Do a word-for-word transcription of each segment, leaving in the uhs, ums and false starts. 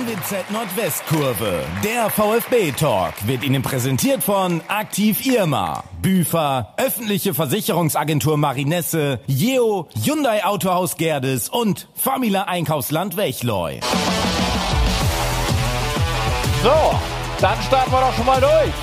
N W Z Nordwestkurve, der VfB-Talk, wird Ihnen präsentiert von Aktiv Irma, Büfer, öffentliche Versicherungsagentur Marinesse, Jeo, Hyundai Autohaus Gerdes und Famila Einkaufsland Wechleu. So, dann starten wir doch schon mal durch.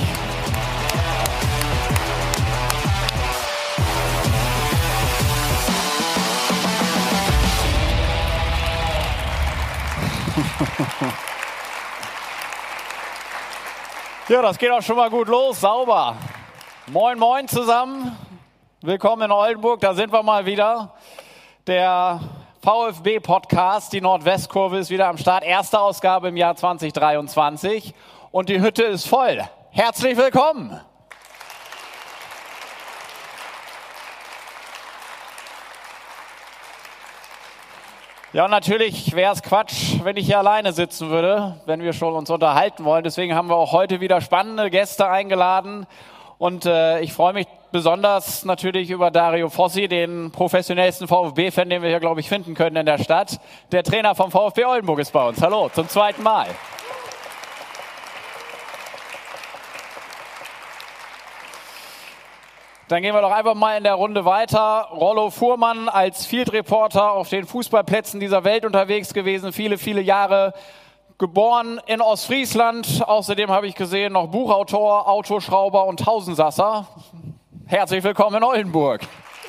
Ja, das geht auch schon mal gut los, sauber. Moin, moin zusammen. Willkommen in Oldenburg, da sind wir mal wieder. Der VfB-Podcast, die Nordwestkurve, ist wieder am Start. Erste Ausgabe im Jahr zwanzig dreiundzwanzig und die Hütte ist voll. Herzlich willkommen. Ja, und natürlich wäre es Quatsch, wenn ich hier alleine sitzen würde, wenn wir schon uns unterhalten wollen. Deswegen haben wir auch heute wieder spannende Gäste eingeladen. Und äh, ich freue mich besonders natürlich über Dario Fossi, den professionellsten VfB-Fan, den wir hier, glaube ich, finden können in der Stadt. Der Trainer vom VfB Oldenburg ist bei uns. Hallo, zum zweiten Mal. Dann gehen wir doch einfach mal in der Runde weiter. Rollo Fuhrmann als Field Reporter auf den Fußballplätzen dieser Welt unterwegs gewesen, viele, viele Jahre. Geboren in Ostfriesland. Außerdem habe ich gesehen, noch Buchautor, Autoschrauber und Tausendsasser. Herzlich willkommen in Oldenburg.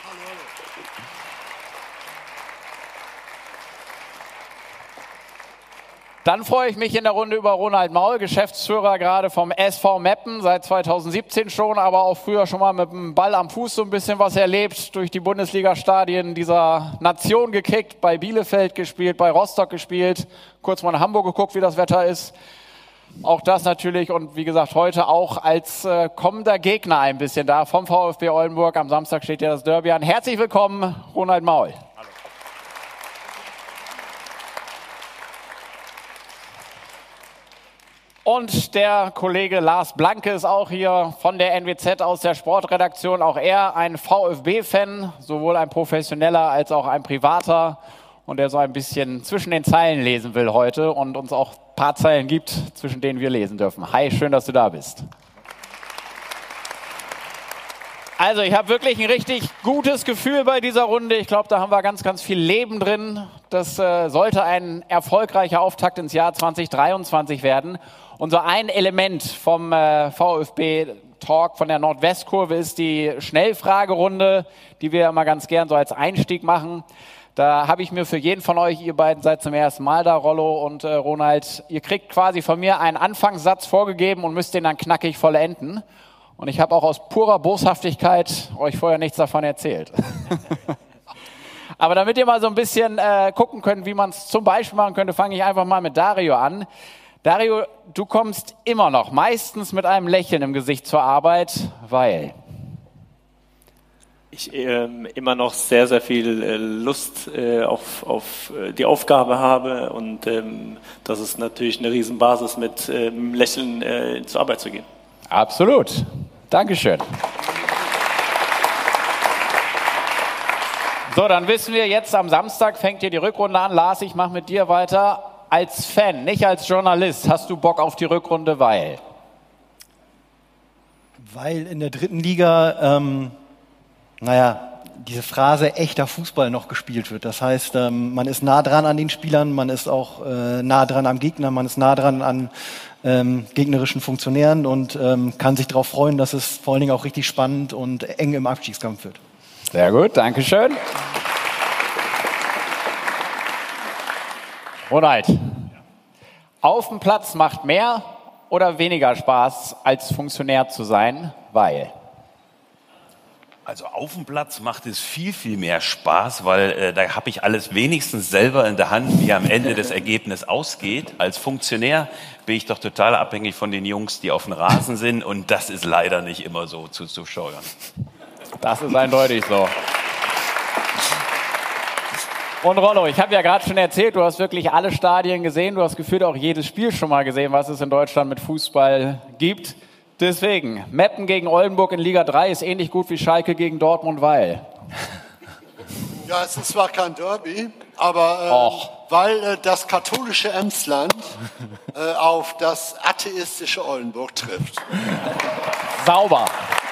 Dann freue ich mich in der Runde über Ronald Maul, Geschäftsführer gerade vom S V Meppen, seit zweitausendsiebzehn schon, aber auch früher schon mal mit dem Ball am Fuß so ein bisschen was erlebt, durch die Bundesliga-Stadien dieser Nation gekickt, bei Bielefeld gespielt, bei Rostock gespielt, kurz mal in Hamburg geguckt, wie das Wetter ist. Auch das natürlich und wie gesagt heute auch als äh, kommender Gegner ein bisschen da vom VfB Oldenburg. Am Samstag steht ja das Derby an. Herzlich willkommen, Ronald Maul. Und der Kollege Lars Blanke ist auch hier von der N W Z aus der Sportredaktion. Auch er ein VfB-Fan, sowohl ein professioneller als auch ein privater. Und der so ein bisschen zwischen den Zeilen lesen will heute und uns auch ein paar Zeilen gibt, zwischen denen wir lesen dürfen. Hi, schön, dass du da bist. Also ich habe wirklich ein richtig gutes Gefühl bei dieser Runde. Ich glaube, da haben wir ganz, ganz viel Leben drin. Das äh, sollte ein erfolgreicher Auftakt ins Jahr zwanzig dreiundzwanzig werden. Und so ein Element vom äh, VfB-Talk von der Nordwestkurve ist die Schnellfragerunde, die wir immer ganz gern so als Einstieg machen. Da habe ich mir für jeden von euch, ihr beiden seid zum ersten Mal da, Rollo und äh, Ronald, ihr kriegt quasi von mir einen Anfangssatz vorgegeben und müsst den dann knackig vollenden. Und ich habe auch aus purer Boshaftigkeit euch vorher nichts davon erzählt. Aber damit ihr mal so ein bisschen äh, gucken könnt, wie man es zum Beispiel machen könnte, fange ich einfach mal mit Dario an. Dario, du kommst immer noch, meistens mit einem Lächeln im Gesicht zur Arbeit, weil... Ich ähm, immer noch sehr, sehr viel äh, Lust äh, auf, auf äh, die Aufgabe habe und ähm, das ist natürlich eine Riesenbasis, mit ähm, Lächeln äh, zur Arbeit zu gehen. Absolut. Dankeschön. So, dann wissen wir jetzt, am Samstag fängt hier die Rückrunde an. Lars, ich mache mit dir weiter. Als Fan, nicht als Journalist, hast du Bock auf die Rückrunde, weil? Weil in der dritten Liga, ähm, naja, diese Phrase echter Fußball noch gespielt wird. Das heißt, ähm, man ist nah dran an den Spielern, man ist auch äh, nah dran am Gegner, man ist nah dran an ähm, gegnerischen Funktionären und ähm, kann sich darauf freuen, dass es vor allen Dingen auch richtig spannend und eng im Abstiegskampf wird. Sehr gut, danke schön. Ronald, auf dem Platz macht mehr oder weniger Spaß, als Funktionär zu sein, weil? Also auf dem Platz macht es viel, viel mehr Spaß, weil äh, da habe ich alles wenigstens selber in der Hand, wie am Ende das Ergebnis ausgeht. Als Funktionär bin ich doch total abhängig von den Jungs, die auf dem Rasen sind und das ist leider nicht immer so zu Zuschauern. Das ist eindeutig so. Und Rollo, ich habe ja gerade schon erzählt, du hast wirklich alle Stadien gesehen, du hast gefühlt auch jedes Spiel schon mal gesehen, was es in Deutschland mit Fußball gibt. Deswegen, Meppen gegen Oldenburg in Liga drei ist ähnlich gut wie Schalke gegen Dortmund, weil? Ja, es ist zwar kein Derby, aber äh, weil äh, das katholische Emsland äh, auf das atheistische Oldenburg trifft. Sauber.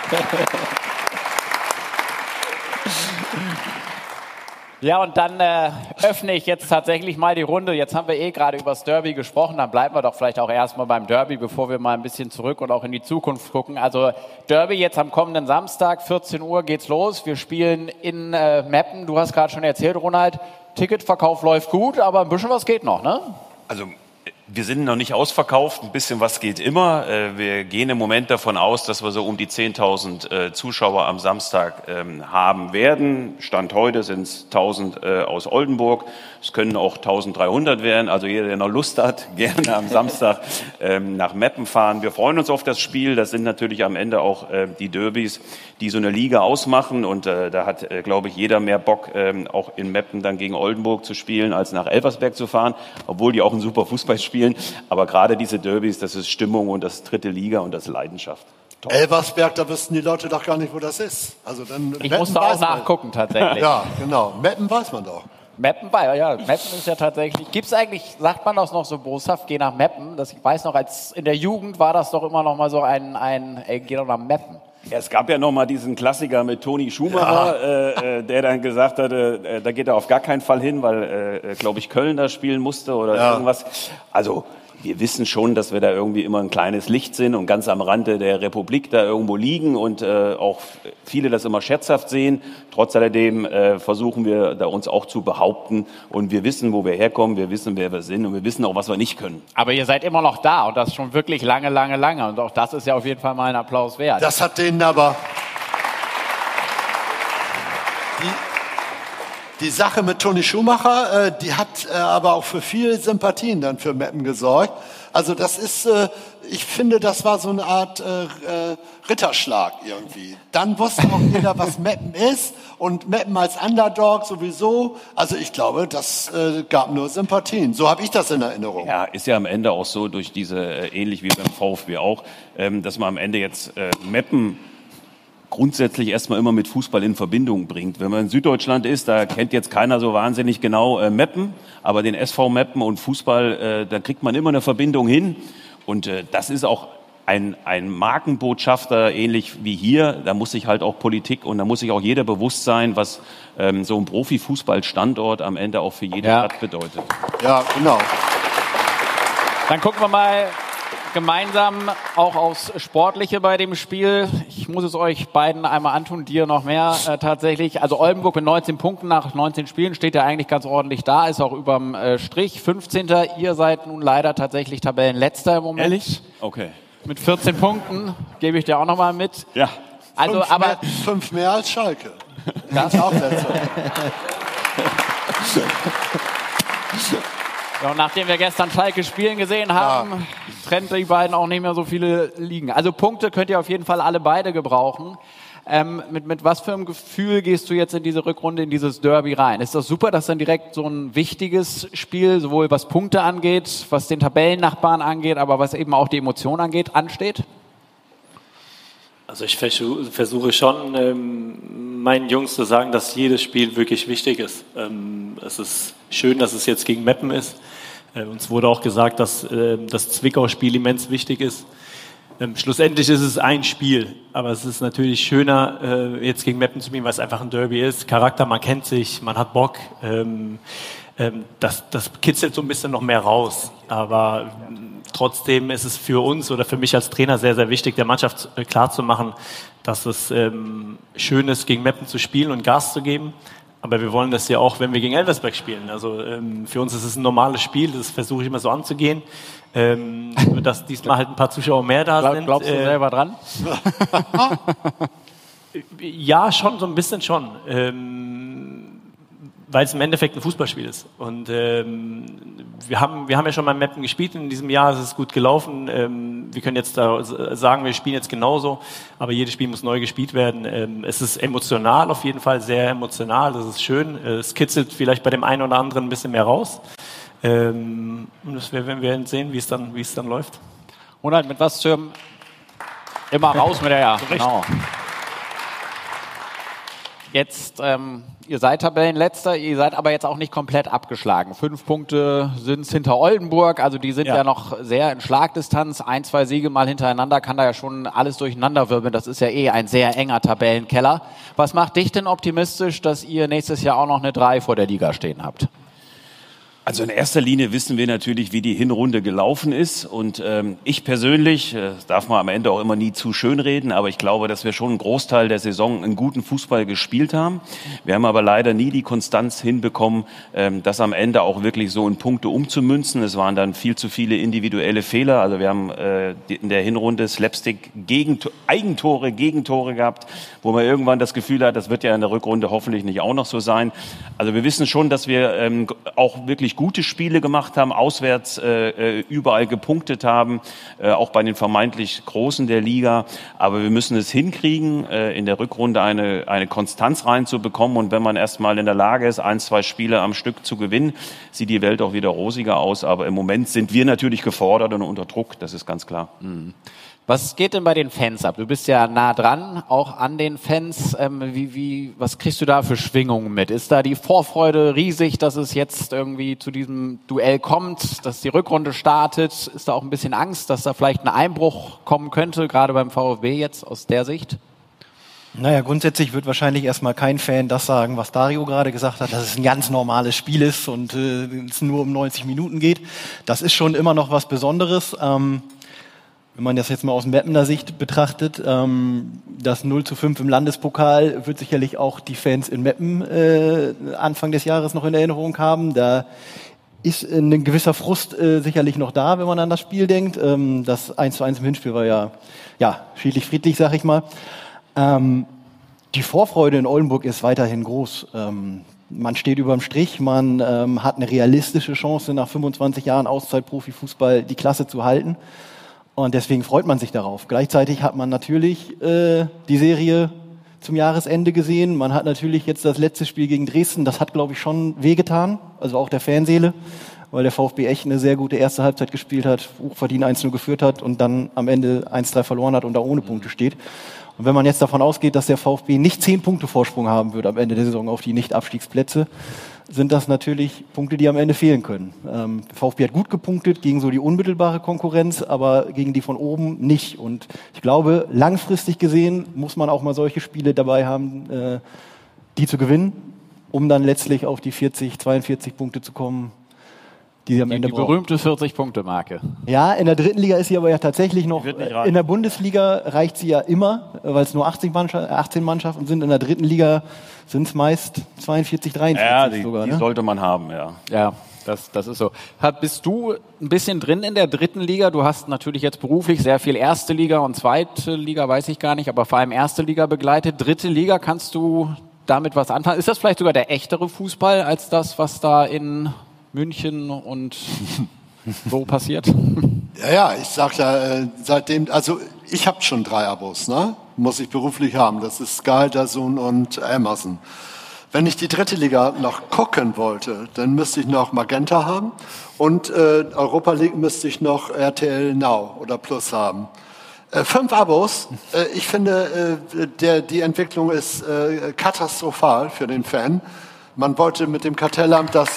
Ja, und dann äh, öffne ich jetzt tatsächlich mal die Runde. Jetzt haben wir eh gerade über das Derby gesprochen, dann bleiben wir doch vielleicht auch erstmal beim Derby, bevor wir mal ein bisschen zurück und auch in die Zukunft gucken. Also Derby jetzt am kommenden Samstag, vierzehn Uhr geht's los. Wir spielen in äh, Meppen. Du hast gerade schon erzählt, Ronald, Ticketverkauf läuft gut, aber ein bisschen was geht noch, ne? Also wir sind noch nicht ausverkauft, ein bisschen was geht immer. Wir gehen im Moment davon aus, dass wir so um die zehntausend Zuschauer am Samstag haben werden. Stand heute sind es tausend aus Oldenburg. Es können auch eintausenddreihundert werden. Also jeder, der noch Lust hat, gerne am Samstag nach Meppen fahren. Wir freuen uns auf das Spiel. Das sind natürlich am Ende auch die Derbys, die so eine Liga ausmachen. Und da hat, glaube ich, jeder mehr Bock, auch in Meppen dann gegen Oldenburg zu spielen, als nach Elversberg zu fahren. Obwohl die auch einen super Fußball spielen. Aber gerade diese Derbys, das ist Stimmung und das dritte Liga und das ist Leidenschaft. Toll. Elversberg, da wüssten die Leute doch gar nicht, wo das ist. Also dann ich Meppen musste auch nachgucken, tatsächlich. Ja, genau. Meppen weiß man doch. Meppen, ja, Meppen ist ja tatsächlich, gibt es eigentlich, sagt man das noch so boshaft, geh nach Meppen? Das, ich weiß noch, als in der Jugend war das doch immer noch mal so ein, ein ey, geh doch nach Meppen. Ja, es gab ja noch mal diesen Klassiker mit Toni Schumacher, ja. äh, der dann gesagt hatte, äh, da geht er auf gar keinen Fall hin, weil, äh, glaube ich, Köln da spielen musste oder ja. irgendwas. Also wir wissen schon, dass wir da irgendwie immer ein kleines Licht sind und ganz am Rande der Republik da irgendwo liegen und äh, auch viele das immer scherzhaft sehen. Trotz alledem äh, versuchen wir da uns auch zu behaupten und wir wissen, wo wir herkommen, wir wissen, wer wir sind und wir wissen auch, was wir nicht können. Aber ihr seid immer noch da und das schon wirklich lange, lange, lange und auch das ist ja auf jeden Fall mal ein Applaus wert. Das hat denen aber... Die Die Sache mit Toni Schumacher, äh, die hat äh, aber auch für viel Sympathien dann für Meppen gesorgt. Also das ist, äh, ich finde, das war so eine Art äh, äh, Ritterschlag irgendwie. Dann wusste auch jeder, was Meppen ist und Meppen als Underdog sowieso. Also ich glaube, das äh, gab nur Sympathien. So habe ich das in Erinnerung. Ja, ist ja am Ende auch so, durch diese, äh, ähnlich wie beim VfB auch, ähm, dass man am Ende jetzt äh, Meppen grundsätzlich erstmal immer mit Fußball in Verbindung bringt. Wenn man in Süddeutschland ist, da kennt jetzt keiner so wahnsinnig genau äh, Meppen, aber den S V Meppen und Fußball, äh, da kriegt man immer eine Verbindung hin. Und äh, das ist auch ein, ein Markenbotschafter, ähnlich wie hier. Da muss sich halt auch Politik und da muss sich auch jeder bewusst sein, was ähm, so ein Profifußballstandort am Ende auch für jede ja. Stadt bedeutet. Ja, genau. Dann gucken wir mal gemeinsam auch aufs Sportliche bei dem Spiel. Ich muss es euch beiden einmal antun, dir noch mehr äh, tatsächlich. Also Oldenburg mit neunzehn Punkten nach neunzehn Spielen steht ja eigentlich ganz ordentlich da, ist auch überm äh, Strich. fünfzehnter Ihr seid nun leider tatsächlich Tabellenletzter im Moment. Ehrlich? Okay. Mit vierzehn Punkten, gebe ich dir auch noch mal mit. Ja. Also, fünf, aber mehr, fünf mehr als Schalke. Das ist auch letzter. Ja, und nachdem wir gestern Schalke spielen gesehen haben, ja. trennt die beiden auch nicht mehr so viele Ligen. Also Punkte könnt ihr auf jeden Fall alle beide gebrauchen. Ähm, mit, mit was für einem Gefühl gehst du jetzt in diese Rückrunde, in dieses Derby rein? Ist das super, dass dann direkt so ein wichtiges Spiel, sowohl was Punkte angeht, was den Tabellennachbarn angeht, aber was eben auch die Emotion angeht, ansteht? Also ich versuche schon, ähm, meinen Jungs zu sagen, dass jedes Spiel wirklich wichtig ist. Ähm, es ist schön, dass es jetzt gegen Meppen ist. Äh, uns wurde auch gesagt, dass äh, das Zwickau-Spiel immens wichtig ist. Ähm, schlussendlich ist es ein Spiel, aber es ist natürlich schöner, äh, jetzt gegen Meppen zu spielen, weil es einfach ein Derby ist. Charakter, man kennt sich, man hat Bock. Ähm, ähm, das, das kitzelt so ein bisschen noch mehr raus. Aber trotzdem ist es für uns oder für mich als Trainer sehr, sehr wichtig, der Mannschaft klarzumachen, dass es ähm, schön ist, gegen Meppen zu spielen und Gas zu geben. Aber wir wollen das ja auch, wenn wir gegen Elversberg spielen. Also ähm, für uns ist es ein normales Spiel, das versuche ich immer so anzugehen. Ähm, dass diesmal halt ein paar Zuschauer mehr da Glaub, sind. Glaubst du äh, selber dran? Ja, schon, so ein bisschen schon. Ähm, weil es im Endeffekt ein Fußballspiel ist. Und ähm, wir haben, wir haben ja schon mal in Meppen gespielt in diesem Jahr, es ist gut gelaufen. Ähm, wir können jetzt da sagen, wir spielen jetzt genauso, aber jedes Spiel muss neu gespielt werden. Ähm, es ist emotional auf jeden Fall, sehr emotional, das ist schön. Es kitzelt vielleicht bei dem einen oder anderen ein bisschen mehr raus. Ähm, und das werden wir sehen, wie es dann, wie es dann läuft. Ronald, mit was zum immer raus mit der ja. Genau. Jetzt, ähm, ihr seid Tabellenletzter, ihr seid aber jetzt auch nicht komplett abgeschlagen. Fünf Punkte sind es hinter Oldenburg, also die sind ja. ja noch sehr in Schlagdistanz. Ein, zwei Siege mal hintereinander kann da ja schon alles durcheinanderwirbeln. Das ist ja eh ein sehr enger Tabellenkeller. Was macht dich denn optimistisch, dass ihr nächstes Jahr auch noch eine drei vor der Liga stehen habt? Also in erster Linie wissen wir natürlich, wie die Hinrunde gelaufen ist und ähm, ich persönlich, äh, das darf man am Ende auch immer nie zu schön reden, aber ich glaube, dass wir schon einen Großteil der Saison einen guten Fußball gespielt haben. Wir haben aber leider nie die Konstanz hinbekommen, ähm, das am Ende auch wirklich so in Punkte umzumünzen. Es waren dann viel zu viele individuelle Fehler. Also wir haben äh, in der Hinrunde Slapstick Gegent- Eigentore, Gegentore gehabt, wo man irgendwann das Gefühl hat, das wird ja in der Rückrunde hoffentlich nicht auch noch so sein. Also wir wissen schon, dass wir ähm, auch wirklich gute Spiele gemacht haben, auswärts äh, überall gepunktet haben, äh, auch bei den vermeintlich Großen der Liga. Aber wir müssen es hinkriegen, äh, in der Rückrunde eine, eine Konstanz reinzubekommen. Und wenn man erstmal in der Lage ist, ein, zwei Spiele am Stück zu gewinnen, sieht die Welt auch wieder rosiger aus. Aber im Moment sind wir natürlich gefordert und unter Druck, das ist ganz klar. Mhm. Was geht denn bei den Fans ab? Du bist ja nah dran, auch an den Fans. Ähm, wie, wie, was kriegst du da für Schwingungen mit? Ist da die Vorfreude riesig, dass es jetzt irgendwie zu diesem Duell kommt, dass die Rückrunde startet? Ist da auch ein bisschen Angst, dass da vielleicht ein Einbruch kommen könnte, gerade beim VfB jetzt aus der Sicht? Naja, grundsätzlich wird wahrscheinlich erstmal kein Fan das sagen, was Dario gerade gesagt hat, dass es ein ganz normales Spiel ist und äh, es nur um neunzig Minuten geht. Das ist schon immer noch was Besonderes. Ähm, Wenn man das jetzt mal aus Meppener Sicht betrachtet, ähm, das null zu fünf im Landespokal wird sicherlich auch die Fans in Meppen äh, Anfang des Jahres noch in Erinnerung haben. Da ist ein gewisser Frust äh, sicherlich noch da, wenn man an das Spiel denkt. Ähm, das eins zu eins im Hinspiel war ja, ja friedlich-friedlich, sag ich mal. Ähm, die Vorfreude in Oldenburg ist weiterhin groß. Ähm, man steht überm Strich, man ähm, hat eine realistische Chance, nach fünfundzwanzig Jahren Auszeit-Profifußball die Klasse zu halten. Und deswegen freut man sich darauf. Gleichzeitig hat man natürlich äh, die Serie zum Jahresende gesehen. Man hat natürlich jetzt das letzte Spiel gegen Dresden. Das hat, glaube ich, schon wehgetan. Also auch der Fanseele, weil der VfB echt eine sehr gute erste Halbzeit gespielt hat, hochverdient eins zu null geführt hat und dann am Ende eins drei verloren hat und da ohne Punkte steht. Und wenn man jetzt davon ausgeht, dass der VfB nicht zehn Punkte Vorsprung haben wird am Ende der Saison auf die Nicht-Abstiegsplätze, sind das natürlich Punkte, die am Ende fehlen können. Ähm, der VfB hat gut gepunktet gegen so die unmittelbare Konkurrenz, aber gegen die von oben nicht. Und ich glaube, langfristig gesehen muss man auch mal solche Spiele dabei haben, äh, die zu gewinnen, um dann letztlich auf die vierzig, zweiundvierzig Punkte zu kommen, die sie am die, Ende die brauchen. berühmte vierzig-Punkte-Marke. Ja, in der dritten Liga ist sie aber ja tatsächlich noch, in der Bundesliga reicht sie ja immer, weil es nur achtzehn Mannschaften sind. In der dritten Liga sind es meist zweiundvierzig, dreiundvierzig ja, die, sogar. die ne? sollte man haben, ja. Ja, das, das ist so. Hat, bist du ein bisschen drin in der dritten Liga? Du hast natürlich jetzt beruflich sehr viel erste Liga und zweite Liga, weiß ich gar nicht, aber vor allem erste Liga begleitet. Dritte Liga, kannst du damit was anfangen? Ist das vielleicht sogar der echtere Fußball als das, was da in München und so passiert? Ja, ja, ich sag ja, äh, seitdem, also ich habe schon drei Abos, ne? Muss ich beruflich haben. Das ist Sky, DAZN und Amazon. Wenn ich die dritte Liga noch gucken wollte, dann müsste ich noch Magenta haben und äh, Europa League müsste ich noch R T L Now oder Plus haben. Äh, fünf Abos. Äh, ich finde, äh, der, die Entwicklung ist äh, katastrophal für den Fan. Man wollte mit dem Kartellamt das...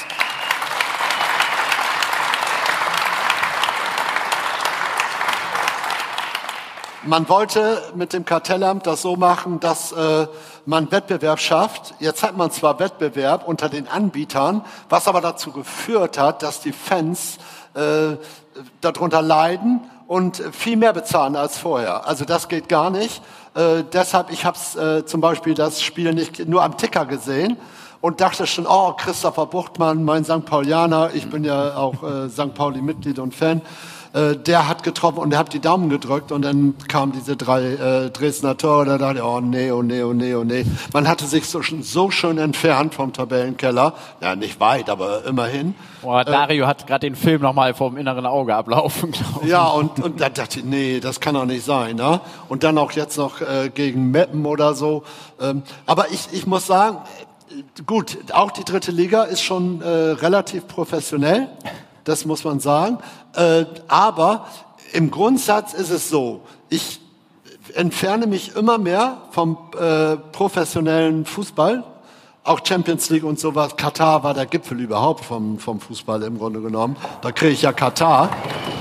Man wollte mit dem Kartellamt das so machen, dass äh, man Wettbewerb schafft. Jetzt hat man zwar Wettbewerb unter den Anbietern, was aber dazu geführt hat, dass die Fans äh, darunter leiden und viel mehr bezahlen als vorher. Also das geht gar nicht. Äh, deshalb, ich habe äh, zum Beispiel das Spiel nicht nur am Ticker gesehen und dachte schon, oh, Christopher Buchtmann, mein Sankt Paulianer, ich bin ja auch äh, Sankt Pauli-Mitglied und Fan, äh, der hat getroffen und der hat die Daumen gedrückt und dann kamen diese drei äh, Dresdner Tore, da dachte ich, oh nee, oh nee, oh nee, oh nee. Man hatte sich so, so schön entfernt vom Tabellenkeller, ja nicht weit, aber immerhin. Boah, Dario äh, hat gerade den Film nochmal vor dem inneren Auge ablaufen, glaube ich. Ja, und, und da dachte ich, nee, das kann doch nicht sein. Ne? Und dann auch jetzt noch äh, gegen Meppen oder so. Ähm, aber ich, ich muss sagen, gut, auch die dritte Liga ist schon äh, relativ professionell, das muss man sagen. Äh, aber im Grundsatz ist es so, ich, entferne mich immer mehr vom äh, professionellen Fußball. Auch Champions League und sowas. Katar war der Gipfel überhaupt vom, vom Fußball im Grunde genommen. Da kriege ich ja Katar.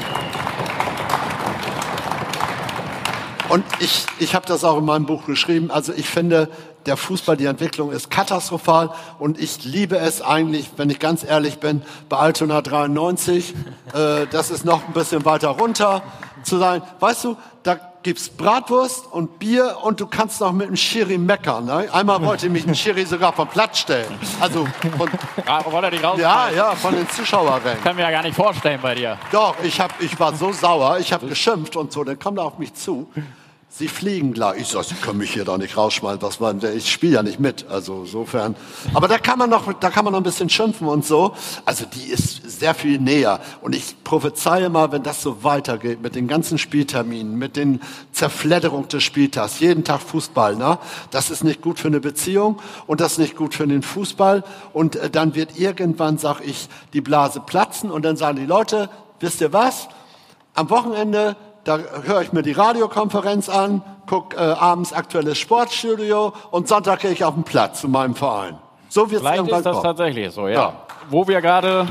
Und ich, ich habe das auch in meinem Buch geschrieben. Also ich finde, der Fußball, die Entwicklung ist katastrophal. Und ich liebe es eigentlich, wenn ich ganz ehrlich bin, bei Altona dreiundneunzig, äh, das ist noch ein bisschen weiter runter zu sein. Weißt du, da gibt's Bratwurst und Bier und du kannst noch mit dem Schiri meckern. Ne? Einmal wollte mich ein Schiri sogar vom Platz stellen. Also von, Ah, wollte er dich raus? ja, ja, von den Zuschauerrängen. Kann mir ja gar nicht vorstellen bei dir. Doch, ich, hab, ich war so sauer, ich habe geschimpft und so, dann kam er auf mich zu. Sie fliegen gleich. Ich sag, Sie können mich hier doch nicht rausschmeißen. Was man, ich spiele ja nicht mit. Also insofern. Aber da kann man noch, da kann man noch ein bisschen schimpfen und so. Also die ist sehr viel näher. Und ich prophezeie mal, wenn das so weitergeht mit den ganzen Spielterminen, mit den Zerfledderung des Spieltags, jeden Tag Fußball, ne? Das ist nicht gut für eine Beziehung und das ist nicht gut für den Fußball. Und äh, dann wird irgendwann, sag ich, die Blase platzen und dann sagen die Leute, wisst ihr was? Am Wochenende da höre ich mir die Radiokonferenz an, gucke äh, abends aktuelles Sportstudio und Sonntag gehe ich auf den Platz zu meinem Verein. So wird's Vielleicht irgendwann ist das kommen. tatsächlich so, ja. Ja. Wo wir gerade...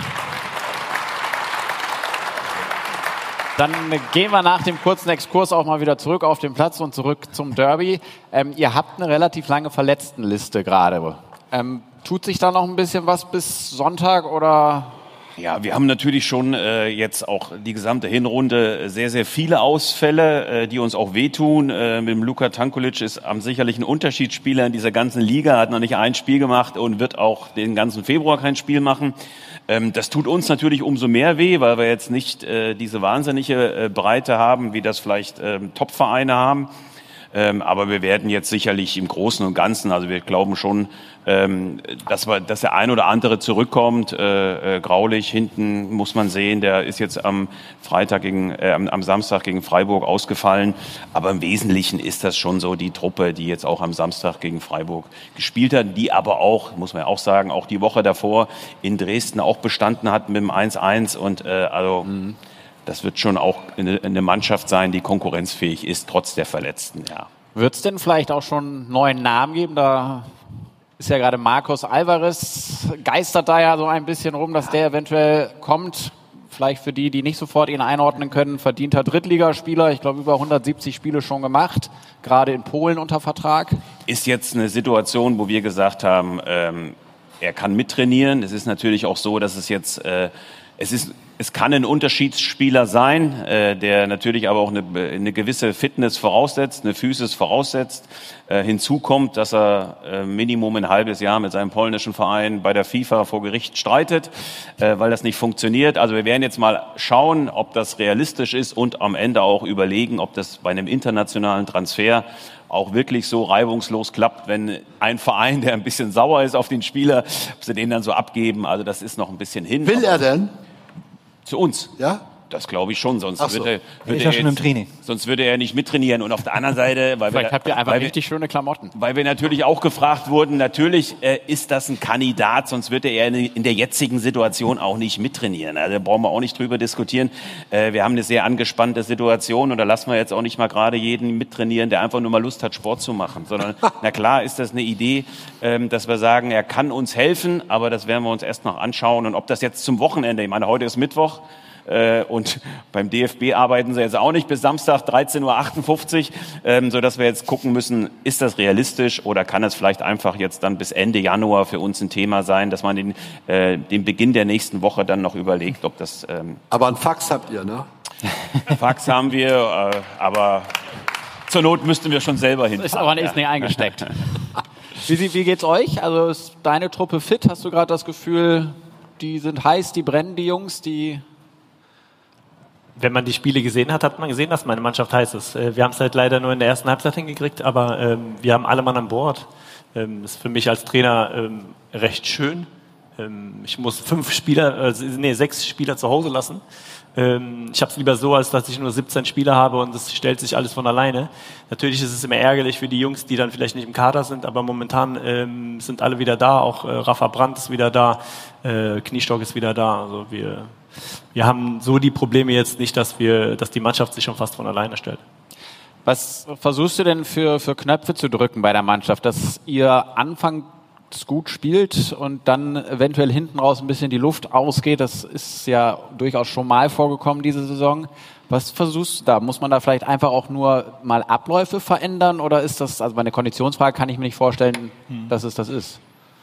Dann gehen wir nach dem kurzen Exkurs auch mal wieder zurück auf den Platz und zurück zum Derby. Ähm, ihr habt eine relativ lange Verletztenliste gerade. Ähm, tut sich da noch ein bisschen was bis Sonntag oder... Ja, wir haben natürlich schon äh, jetzt auch die gesamte Hinrunde sehr, sehr viele Ausfälle, äh, die uns auch wehtun. Äh, mit dem Luka Tankulic ist am sicherlich ein Unterschiedsspieler in dieser ganzen Liga, hat noch nicht ein Spiel gemacht und wird auch den ganzen Februar kein Spiel machen. Ähm, das tut uns natürlich umso mehr weh, weil wir jetzt nicht äh, diese wahnsinnige äh, Breite haben, wie das vielleicht äh, Top-Vereine haben. Ähm, aber wir werden jetzt sicherlich im Großen und Ganzen, also wir glauben schon, ähm, dass, wir, dass der ein oder andere zurückkommt. Äh, äh, Graulich hinten muss man sehen, der ist jetzt am Freitag gegen, äh, am, am Samstag gegen Freiburg ausgefallen. Aber im Wesentlichen ist das schon so die Truppe, die jetzt auch am Samstag gegen Freiburg gespielt hat, die aber auch, muss man ja auch sagen, auch die Woche davor in Dresden auch bestanden hat mit dem eins eins und äh, also mhm. Das wird schon auch eine, eine Mannschaft sein, die konkurrenzfähig ist, trotz der Verletzten, ja. Wird es denn vielleicht auch schon einen neuen Namen geben? Da ist ja gerade Marcos Alvarez, geistert da ja so ein bisschen rum, dass der eventuell kommt. Vielleicht für die, die nicht sofort ihn einordnen können, verdienter Drittligaspieler. Ich glaube, über hundertsiebzig Spiele schon gemacht, gerade in Polen unter Vertrag. Ist jetzt eine Situation, wo wir gesagt haben, ähm, er kann mittrainieren. Es ist natürlich auch so, dass es jetzt, äh, es ist Es kann ein Unterschiedsspieler sein, äh, der natürlich aber auch eine, eine gewisse Fitness voraussetzt, eine Physis voraussetzt. Äh, hinzu kommt, dass er äh, Minimum ein halbes Jahr mit seinem polnischen Verein bei der FIFA vor Gericht streitet, äh, weil das nicht funktioniert. Also wir werden jetzt mal schauen, ob das realistisch ist und am Ende auch überlegen, ob das bei einem internationalen Transfer auch wirklich so reibungslos klappt, wenn ein Verein, der ein bisschen sauer ist auf den Spieler, ob sie den dann so abgeben. Also das ist noch ein bisschen hin. Will er denn? Zu uns? Ja? Das glaube ich schon, sonst Ach so. würde, Er würde ist ja er schon jetzt, im Training. sonst würde er nicht mittrainieren. Und auf der anderen Seite, weil Vielleicht wir, habt ihr einfach weil richtig schöne Klamotten. wir, weil wir natürlich auch gefragt wurden, natürlich äh, ist das ein Kandidat, sonst würde er in, in der jetzigen Situation auch nicht mittrainieren. Also da brauchen wir auch nicht drüber diskutieren. Äh, wir haben eine sehr angespannte Situation und da lassen wir jetzt auch nicht mal gerade jeden mittrainieren, der einfach nur mal Lust hat, Sport zu machen. Sondern, na klar ist das eine Idee, ähm, dass wir sagen, er kann uns helfen, aber das werden wir uns erst noch anschauen. Und ob das jetzt zum Wochenende, ich meine, heute ist Mittwoch, und beim D F B arbeiten sie jetzt auch nicht bis Samstag dreizehn Uhr achtundfünfzig, ähm, sodass wir jetzt gucken müssen, ist das realistisch oder kann es vielleicht einfach jetzt dann bis Ende Januar für uns ein Thema sein, dass man den, äh, den Beginn der nächsten Woche dann noch überlegt, ob das... Ähm Aber ein Fax habt ihr, ne? Fax haben wir, äh, aber zur Not müssten wir schon selber hinfahren. Ist aber nicht, ja. nicht eingesteckt. Wie, wie geht's euch? Also ist deine Truppe fit? Hast du gerade das Gefühl, die sind heiß, die brennen, die Jungs, die... Wenn man die Spiele gesehen hat, hat man gesehen, dass meine Mannschaft heiß ist. Wir haben es halt leider nur in der ersten Halbzeit hingekriegt, aber ähm, wir haben alle Mann an Bord. Ähm, ist für mich als Trainer ähm, recht schön. Ähm, ich muss fünf Spieler, äh, nee, sechs Spieler zu Hause lassen. Ähm, ich habe es lieber so, als dass ich nur siebzehn Spieler habe und es stellt sich alles von alleine. Natürlich ist es immer ärgerlich für die Jungs, die dann vielleicht nicht im Kader sind, aber momentan ähm, sind alle wieder da. Auch äh, Rafa Brandt ist wieder da, äh, Kniestock ist wieder da. Also wir Wir haben so die Probleme jetzt nicht, dass wir, dass die Mannschaft sich schon fast von alleine stellt. Was versuchst du denn für, für Knöpfe zu drücken bei der Mannschaft, dass ihr anfangs gut spielt und dann eventuell hinten raus ein bisschen die Luft ausgeht? Das ist ja durchaus schon mal vorgekommen diese Saison. Was versuchst du da? Muss man da vielleicht einfach auch nur mal Abläufe verändern oder ist das, also bei der Konditionsfrage kann ich mir nicht vorstellen, hm. dass es das ist?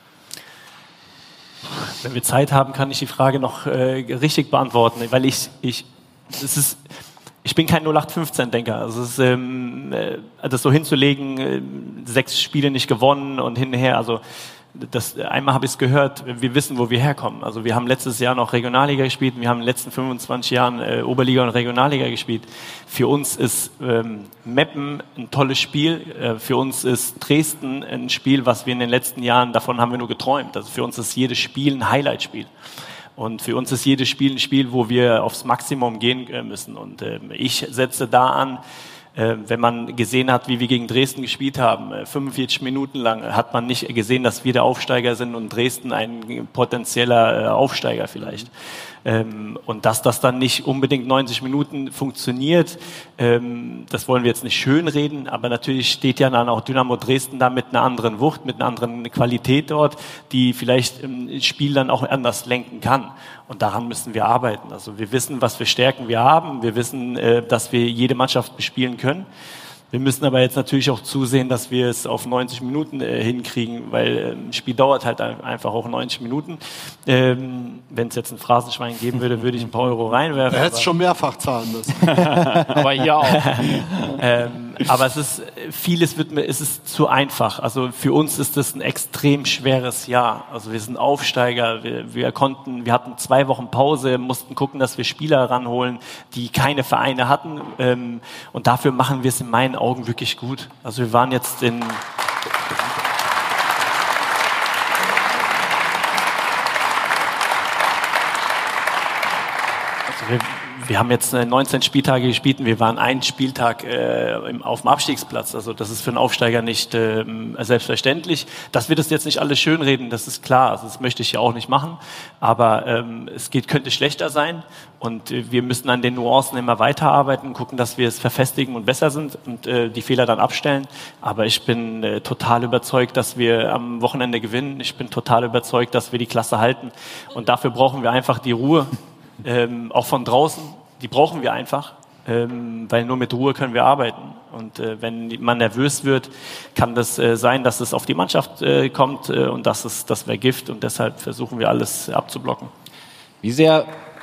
Wenn wir Zeit haben, kann ich die Frage noch äh, richtig beantworten, weil ich, ich, das ist, ich bin kein null acht fünfzehn-Denker. Also es ist, ähm, äh, das so hinzulegen, äh, sechs Spiele nicht gewonnen und hinterher, also das, einmal habe ich es gehört, wir wissen, wo wir herkommen. Also wir haben letztes Jahr noch Regionalliga gespielt, wir haben in den letzten fünfundzwanzig Jahren äh, Oberliga und Regionalliga gespielt. Für uns ist ähm, Meppen ein tolles Spiel, äh, für uns ist Dresden ein Spiel, was wir in den letzten Jahren, davon haben wir nur geträumt. Also für uns ist jedes Spiel ein Highlight-Spiel. Und für uns ist jedes Spiel ein Spiel, wo wir aufs Maximum gehen äh, müssen. Und äh, ich setze da an, wenn man gesehen hat, wie wir gegen Dresden gespielt haben, fünfundvierzig Minuten lang, hat man nicht gesehen, dass wir der Aufsteiger sind und Dresden ein potenzieller Aufsteiger vielleicht. Und dass das dann nicht unbedingt neunzig Minuten funktioniert, das wollen wir jetzt nicht schönreden, aber natürlich steht ja dann auch Dynamo Dresden da mit einer anderen Wucht, mit einer anderen Qualität dort, die vielleicht im Spiel dann auch anders lenken kann. Und daran müssen wir arbeiten. Also wir wissen, was für Stärken wir haben. Wir wissen, dass wir jede Mannschaft bespielen können. Wir müssen aber jetzt natürlich auch zusehen, dass wir es auf neunzig Minuten äh, hinkriegen, weil äh, ein Spiel dauert halt einfach auch neunzig Minuten. Ähm, wenn es jetzt ein Phrasenschwein geben würde, würde ich ein paar Euro reinwerfen. Du hättest schon mehrfach zahlen müssen. Aber hier auch. ähm, aber es ist, vieles wird mir, es ist zu einfach. Also für uns ist das ein extrem schweres Jahr. Also wir sind Aufsteiger, wir, wir konnten, wir hatten zwei Wochen Pause, mussten gucken, dass wir Spieler ranholen, die keine Vereine hatten. Ähm, und dafür machen wir es in meinen Augen wirklich gut. Also wir waren jetzt in... Also wir, wir haben jetzt neunzehn Spieltage gespielt und wir waren einen Spieltag äh, im, auf dem Abstiegsplatz. Also das ist für einen Aufsteiger nicht äh, selbstverständlich. Dass wir das jetzt nicht alles schönreden, das ist klar. Also das möchte ich ja auch nicht machen. Aber ähm, es geht, könnte schlechter sein. Und äh, wir müssen an den Nuancen immer weiterarbeiten, gucken, dass wir es verfestigen und besser sind und äh, die Fehler dann abstellen. Aber ich bin äh, total überzeugt, dass wir am Wochenende gewinnen. Ich bin total überzeugt, dass wir die Klasse halten. Und dafür brauchen wir einfach die Ruhe. Ähm, auch von draußen, die brauchen wir einfach, ähm, weil nur mit Ruhe können wir arbeiten. Und äh, wenn man nervös wird, kann das äh, sein, dass es auf die Mannschaft äh, kommt äh, und das ist, das wäre Gift und deshalb versuchen wir alles abzublocken. Wie sehr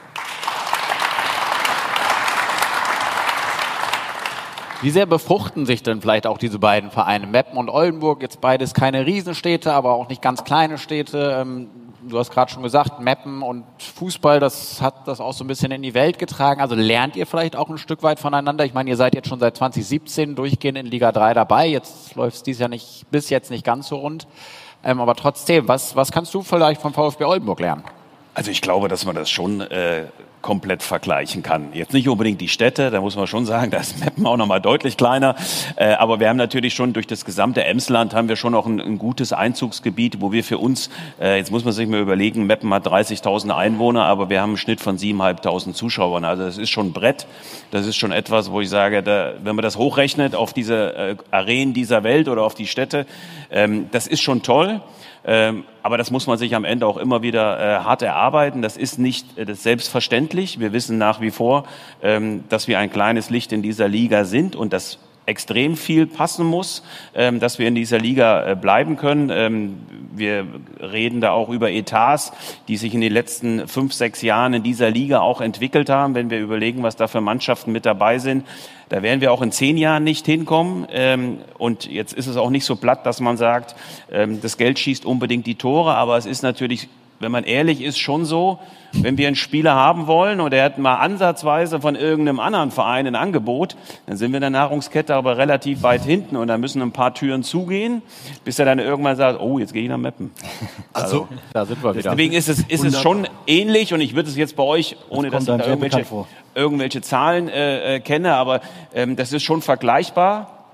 Wie sehr befruchten sich denn vielleicht auch diese beiden Vereine, Meppen und Oldenburg, jetzt beides keine Riesenstädte, aber auch nicht ganz kleine Städte. Ähm, Du hast gerade schon gesagt, Meppen und Fußball, das hat das auch so ein bisschen in die Welt getragen. Also lernt ihr vielleicht auch ein Stück weit voneinander? Ich meine, ihr seid jetzt schon seit zwanzig siebzehn durchgehend in Liga drei dabei. Jetzt läuft es dieses Jahr nicht, bis jetzt nicht ganz so rund. Ähm, aber trotzdem, was, was kannst du vielleicht vom VfB Oldenburg lernen? Also ich glaube, dass man das schon äh, komplett vergleichen kann. Jetzt nicht unbedingt die Städte, da muss man schon sagen, da ist Meppen auch noch mal deutlich kleiner. Äh, aber wir haben natürlich schon durch das gesamte Emsland haben wir schon auch ein, ein gutes Einzugsgebiet, wo wir für uns, äh, jetzt muss man sich mal überlegen, Meppen hat dreißigtausend Einwohner, aber wir haben einen Schnitt von siebentausendfünfhundert Zuschauern. Also das ist schon ein Brett. Das ist schon etwas, wo ich sage, da, wenn man das hochrechnet auf diese äh, Arenen dieser Welt oder auf die Städte, ähm, das ist schon toll. Ähm, aber das muss man sich am Ende auch immer wieder äh, hart erarbeiten. Das ist nicht äh, das selbstverständlich. Wir wissen nach wie vor, ähm, dass wir ein kleines Licht in dieser Liga sind und das extrem viel passen muss, ähm, dass wir in dieser Liga äh, bleiben können. Ähm, wir reden da auch über Etats, die sich in den letzten fünf, sechs Jahren in dieser Liga auch entwickelt haben. Wenn wir überlegen, was da für Mannschaften mit dabei sind, da werden wir auch in zehn Jahren nicht hinkommen. Ähm, und jetzt ist es auch nicht so platt, dass man sagt, ähm, das Geld schießt unbedingt die Tore, aber es ist natürlich, wenn man ehrlich ist, schon so, wenn wir einen Spieler haben wollen und er hat mal ansatzweise von irgendeinem anderen Verein ein Angebot, dann sind wir in der Nahrungskette aber relativ weit hinten und da müssen ein paar Türen zugehen, bis er dann irgendwann sagt, oh, jetzt gehe ich nach Meppen. Also, da sind wir wieder. Deswegen ist es, ist es schon ähnlich und ich würde es jetzt bei euch, ohne dass ich da irgendwelche, irgendwelche Zahlen äh, äh, kenne, aber ähm, das ist schon vergleichbar.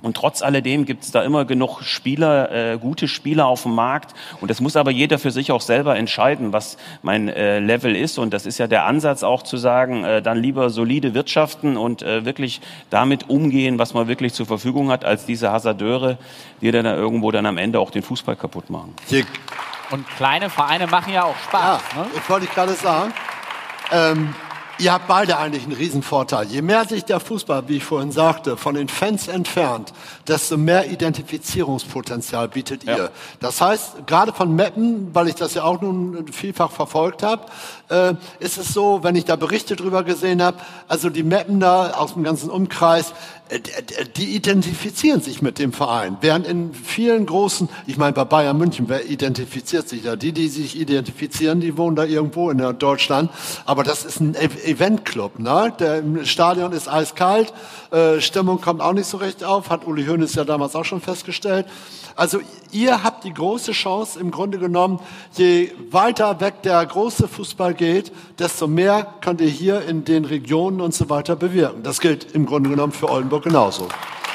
Und trotz alledem gibt es da immer genug Spieler, äh, gute Spieler auf dem Markt. Und das muss aber jeder für sich auch selber entscheiden, was mein äh, Level ist. Und das ist ja der Ansatz auch zu sagen, äh, dann lieber solide wirtschaften und äh, wirklich damit umgehen, was man wirklich zur Verfügung hat, als diese Hasardeure, die dann da irgendwo dann am Ende auch den Fußball kaputt machen. Und kleine Vereine machen ja auch Spaß. Ja, Ne? ich wollte gerade sagen, ähm, ihr habt beide eigentlich einen Riesenvorteil. Je mehr sich der Fußball, wie ich vorhin sagte, von den Fans entfernt, desto mehr Identifizierungspotenzial bietet ihr. Ja. Das heißt, gerade von Meppen, weil ich das ja auch nun vielfach verfolgt habe, äh, ist es so, wenn ich da Berichte drüber gesehen habe, also die Meppener aus dem ganzen Umkreis, äh, die identifizieren sich mit dem Verein. Während in vielen großen, ich meine bei Bayern München, wer identifiziert sich da? Die, die sich identifizieren, die wohnen da irgendwo in Deutschland. Aber das ist ein Eventclub, ne? Der im Stadion ist eiskalt, äh, Stimmung kommt auch nicht so recht auf, hat Uli Hoeneß ja damals auch schon festgestellt. Also ihr habt die große Chance im Grunde genommen, je weiter weg der große Fußball geht, desto mehr könnt ihr hier in den Regionen und so weiter bewirken. Das gilt im Grunde genommen für Oldenburg genauso.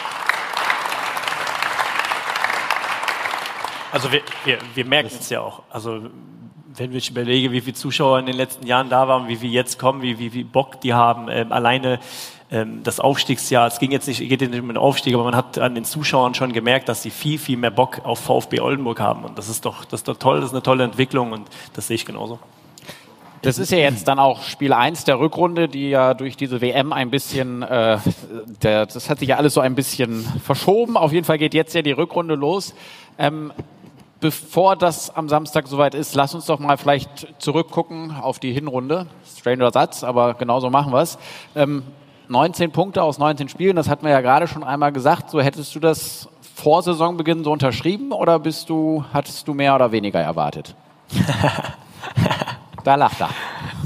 Also wir, wir, wir merken es ja auch. Also wenn ich überlege, wie viele Zuschauer in den letzten Jahren da waren, wie viele jetzt kommen, wie, wie, wie Bock die haben, ähm, alleine ähm, das Aufstiegsjahr, es ging jetzt nicht, geht jetzt nicht um den Aufstieg, aber man hat an den Zuschauern schon gemerkt, dass sie viel, viel mehr Bock auf VfB Oldenburg haben und das ist doch, das ist doch toll, das ist eine tolle Entwicklung und das sehe ich genauso. Das ist ja jetzt dann auch Spiel eins der Rückrunde, die ja durch diese W M ein bisschen, äh, der, das hat sich ja alles so ein bisschen verschoben. Auf jeden Fall geht jetzt ja die Rückrunde los. Ähm, Bevor das am Samstag soweit ist, lass uns doch mal vielleicht zurückgucken auf die Hinrunde. Stranger Satz, aber genauso machen wir es. Ähm, neunzehn Punkte aus neunzehn Spielen, das hatten wir ja gerade schon einmal gesagt. So hättest du das vor Saisonbeginn so unterschrieben oder bist du, hattest du mehr oder weniger erwartet? Da lacht er.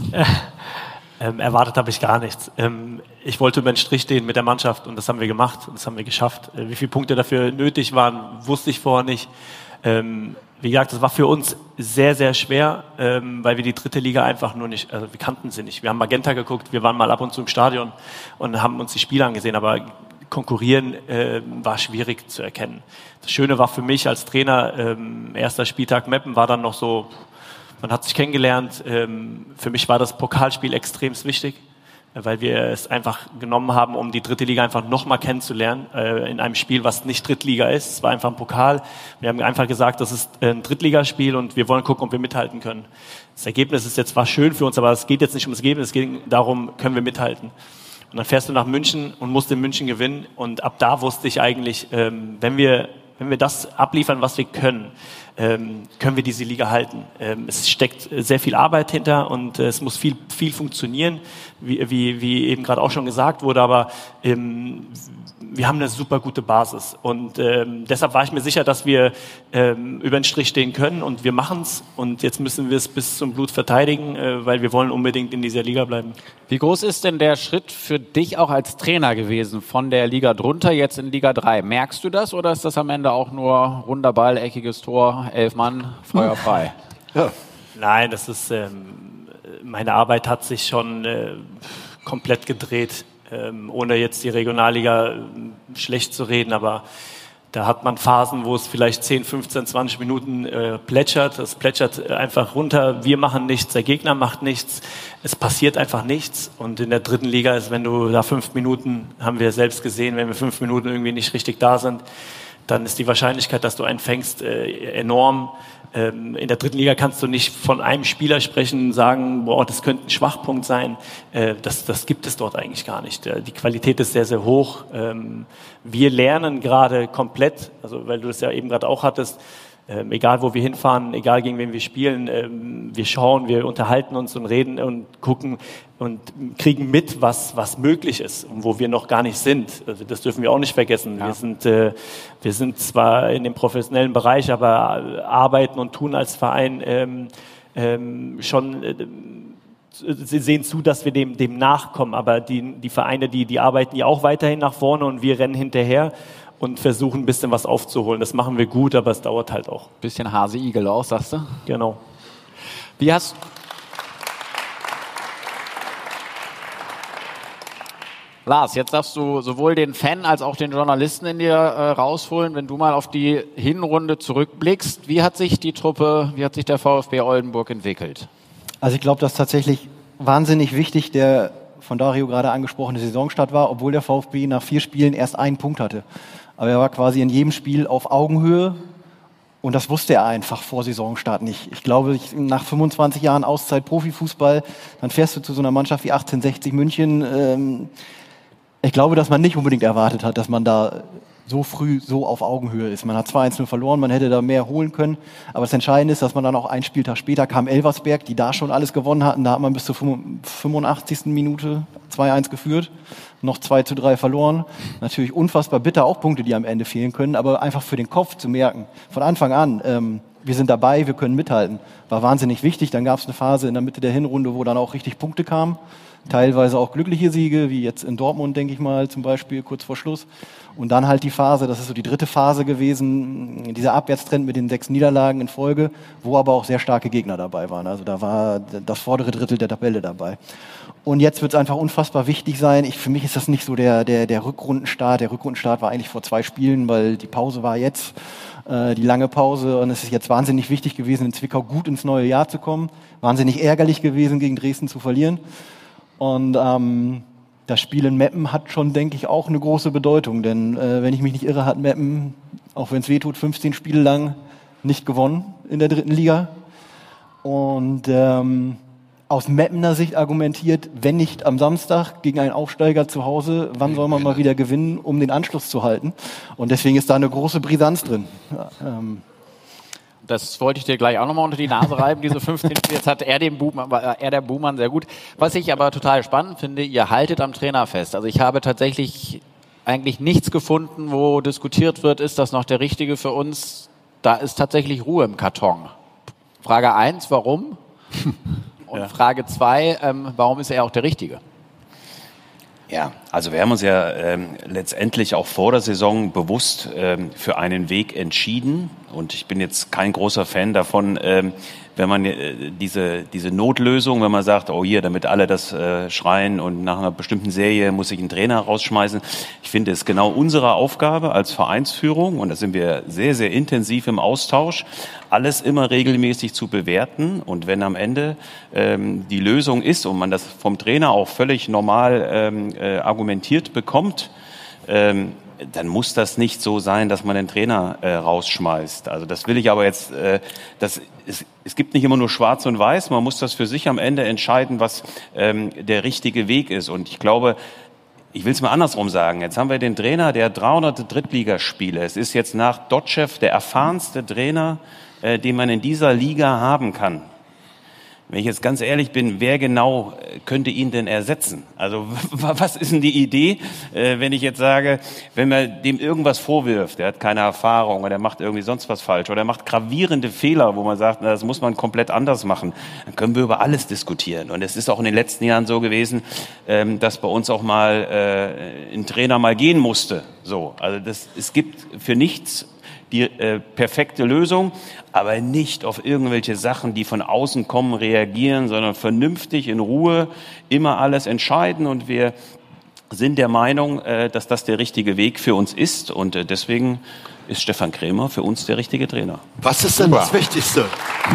Ähm, erwartet habe ich gar nichts. Ähm, ich wollte über den Strich stehen mit der Mannschaft und das haben wir gemacht und das haben wir geschafft. Äh, wie viele Punkte dafür nötig waren, wusste ich vorher nicht. Ähm, wie gesagt, das war für uns sehr, sehr schwer, ähm, weil wir die dritte Liga einfach nur nicht, also wir kannten sie nicht. Wir haben Magenta geguckt, wir waren mal ab und zu im Stadion und haben uns die Spiele angesehen, aber konkurrieren äh, war schwierig zu erkennen. Das Schöne war für mich als Trainer, ähm, erster Spieltag Meppen war dann noch so, man hat sich kennengelernt. Ähm, für mich war das Pokalspiel extrem wichtig, weil wir es einfach genommen haben, um die dritte Liga einfach nochmal kennenzulernen, äh, in einem Spiel, was nicht Drittliga ist. Es war einfach ein Pokal. Wir haben einfach gesagt, das ist ein Drittligaspiel und wir wollen gucken, ob wir mithalten können. Das Ergebnis ist jetzt, war schön für uns, aber es geht jetzt nicht ums Ergebnis, es geht darum, können wir mithalten. Und dann fährst du nach München und musst in München gewinnen und ab da wusste ich eigentlich, ähm, wenn wir, wenn wir das abliefern, was wir können, Ähm, können wir diese Liga halten. Ähm, es steckt sehr viel Arbeit hinter und äh, es muss viel, viel funktionieren, wie, wie, wie eben gerade auch schon gesagt wurde, aber ähm, wir haben eine super gute Basis und ähm, deshalb war ich mir sicher, dass wir ähm, über den Strich stehen können und wir machen es und jetzt müssen wir es bis zum Blut verteidigen, äh, weil wir wollen unbedingt in dieser Liga bleiben. Wie groß ist denn der Schritt für dich auch als Trainer gewesen, von der Liga drunter jetzt in Liga drei? Merkst du das oder ist das am Ende auch nur runder Ball, eckiges Tor, elf Mann, Feuer frei? Ja. Nein, das ist, ähm, meine Arbeit hat sich schon äh, komplett gedreht, ähm, ohne jetzt die Regionalliga äh, schlecht zu reden, aber da hat man Phasen, wo es vielleicht zehn, fünfzehn, zwanzig Minuten äh, plätschert. Es plätschert einfach runter. Wir machen nichts, der Gegner macht nichts. Es passiert einfach nichts. Und in der dritten Liga ist, wenn du da fünf Minuten, haben wir selbst gesehen, wenn wir fünf Minuten irgendwie nicht richtig da sind, dann ist die Wahrscheinlichkeit, dass du einen fängst, äh, enorm. Ähm, in der dritten Liga kannst du nicht von einem Spieler sprechen, sagen, boah, das könnte ein Schwachpunkt sein. Äh, das, das gibt es dort eigentlich gar nicht. Äh, die Qualität ist sehr, sehr hoch. Ähm, wir lernen gerade komplett, also weil du es ja eben gerade auch hattest, ähm, egal wo wir hinfahren, egal gegen wen wir spielen, ähm, wir schauen, wir unterhalten uns und reden und gucken und kriegen mit, was, was möglich ist und wo wir noch gar nicht sind. Also das dürfen wir auch nicht vergessen. Ja. Wir sind, äh, wir sind zwar in dem professionellen Bereich, aber arbeiten und tun als Verein ähm, ähm, schon, äh, sie sehen zu, dass wir dem, dem nachkommen. Aber die, die Vereine, die, die arbeiten ja auch weiterhin nach vorne und wir rennen hinterher und versuchen ein bisschen was aufzuholen. Das machen wir gut, aber es dauert halt auch. Bisschen Hase-Igel auch, sagst du? Genau. Wie hast Lars, jetzt darfst du sowohl den Fan als auch den Journalisten in dir äh, rausholen, wenn du mal auf die Hinrunde zurückblickst. Wie hat sich die Truppe, wie hat sich der VfB Oldenburg entwickelt? Also ich glaube, dass tatsächlich wahnsinnig wichtig der von Dario gerade angesprochene Saisonstart war, obwohl der VfB nach vier Spielen erst einen Punkt hatte. Aber er war quasi in jedem Spiel auf Augenhöhe und das wusste er einfach vor Saisonstart nicht. Ich glaube, ich, nach fünfundzwanzig Jahren Auszeit Profifußball, dann fährst du zu so einer Mannschaft wie achtzehnhundertsechzig München. Ähm, ich glaube, dass man nicht unbedingt erwartet hat, dass man da so früh so auf Augenhöhe ist. Man hat zwei eins null verloren, man hätte da mehr holen können. Aber das Entscheidende ist, dass man dann auch einen Spieltag später kam Elversberg, die da schon alles gewonnen hatten. Da hat man bis zur fünfundachtzigsten Minute zwei eins geführt, noch zwei zu drei verloren. Natürlich unfassbar bitter, auch Punkte, die am Ende fehlen können. Aber einfach für den Kopf zu merken, von Anfang an, ähm, wir sind dabei, wir können mithalten, war wahnsinnig wichtig. Dann gab es eine Phase in der Mitte der Hinrunde, wo dann auch richtig Punkte kamen. Teilweise auch glückliche Siege, wie jetzt in Dortmund, denke ich mal, zum Beispiel, kurz vor Schluss. Und dann halt die Phase, das ist so die dritte Phase gewesen, dieser Abwärtstrend mit den sechs Niederlagen in Folge, wo aber auch sehr starke Gegner dabei waren. Also da war das vordere Drittel der Tabelle dabei. Und jetzt wird es einfach unfassbar wichtig sein. Ich, für mich ist das nicht so der, der, der Rückrundenstart. Der Rückrundenstart war eigentlich vor zwei Spielen, weil die Pause war jetzt, äh, die lange Pause. Und es ist jetzt wahnsinnig wichtig gewesen, in Zwickau gut ins neue Jahr zu kommen. Wahnsinnig ärgerlich gewesen, gegen Dresden zu verlieren. Und ähm, das Spiel in Meppen hat schon, denke ich, auch eine große Bedeutung. Denn äh, wenn ich mich nicht irre, hat Meppen, auch wenn es weh tut, fünfzehn Spiele lang nicht gewonnen in der dritten Liga. Und ähm, aus Meppener Sicht argumentiert, wenn nicht am Samstag gegen einen Aufsteiger zu Hause, wann soll man mal wieder gewinnen, um den Anschluss zu halten? Und deswegen ist da eine große Brisanz drin. Ja, ähm, Das wollte ich dir gleich auch nochmal unter die Nase reiben, diese fünfzehn Spiele. Jetzt hat er den Buhmann, war er der Buhmann sehr gut. Was ich aber total spannend finde, ihr haltet am Trainer fest. Also ich habe tatsächlich eigentlich nichts gefunden, wo diskutiert wird, ist das noch der Richtige für uns? Da ist tatsächlich Ruhe im Karton. Frage eins, warum? Und ja. Frage zwei, ähm, warum ist er auch der Richtige? Ja, also wir haben uns ja ähm, letztendlich auch vor der Saison bewusst ähm, für einen Weg entschieden. Und ich bin jetzt kein großer Fan davon, ähm, wenn man äh, diese diese Notlösung, wenn man sagt, oh hier, damit alle das äh, schreien und nach einer bestimmten Serie muss ich einen Trainer rausschmeißen. Ich finde, es ist genau unsere Aufgabe als Vereinsführung, und da sind wir sehr, sehr intensiv im Austausch, alles immer regelmäßig zu bewerten. Und wenn am Ende ähm, die Lösung ist und man das vom Trainer auch völlig normal ähm, äh, argumentiert bekommt, ähm, dann muss das nicht so sein, dass man den Trainer äh, rausschmeißt. Also das will ich aber jetzt, äh, das, es, es gibt nicht immer nur schwarz und weiß, man muss das für sich am Ende entscheiden, was ähm, der richtige Weg ist. Und ich glaube, ich will es mal andersrum sagen, jetzt haben wir den Trainer der dreihundert Drittligaspiele. Es ist jetzt nach Dotschew der erfahrenste Trainer, äh, den man in dieser Liga haben kann. Wenn ich jetzt ganz ehrlich bin, wer genau könnte ihn denn ersetzen? Also was ist denn die Idee, wenn ich jetzt sage, wenn man dem irgendwas vorwirft, der hat keine Erfahrung oder der macht irgendwie sonst was falsch oder er macht gravierende Fehler, wo man sagt, na, das muss man komplett anders machen, dann können wir über alles diskutieren. Und es ist auch in den letzten Jahren so gewesen, dass bei uns auch mal ein Trainer mal gehen musste. So, also das, es gibt für nichts die äh, perfekte Lösung, aber nicht auf irgendwelche Sachen, die von außen kommen, reagieren, sondern vernünftig, in Ruhe, immer alles entscheiden. Und wir sind der Meinung, äh, dass das der richtige Weg für uns ist. Und äh, deswegen ist Stefan Krämer für uns der richtige Trainer. Was ist denn Super. Das Wichtigste?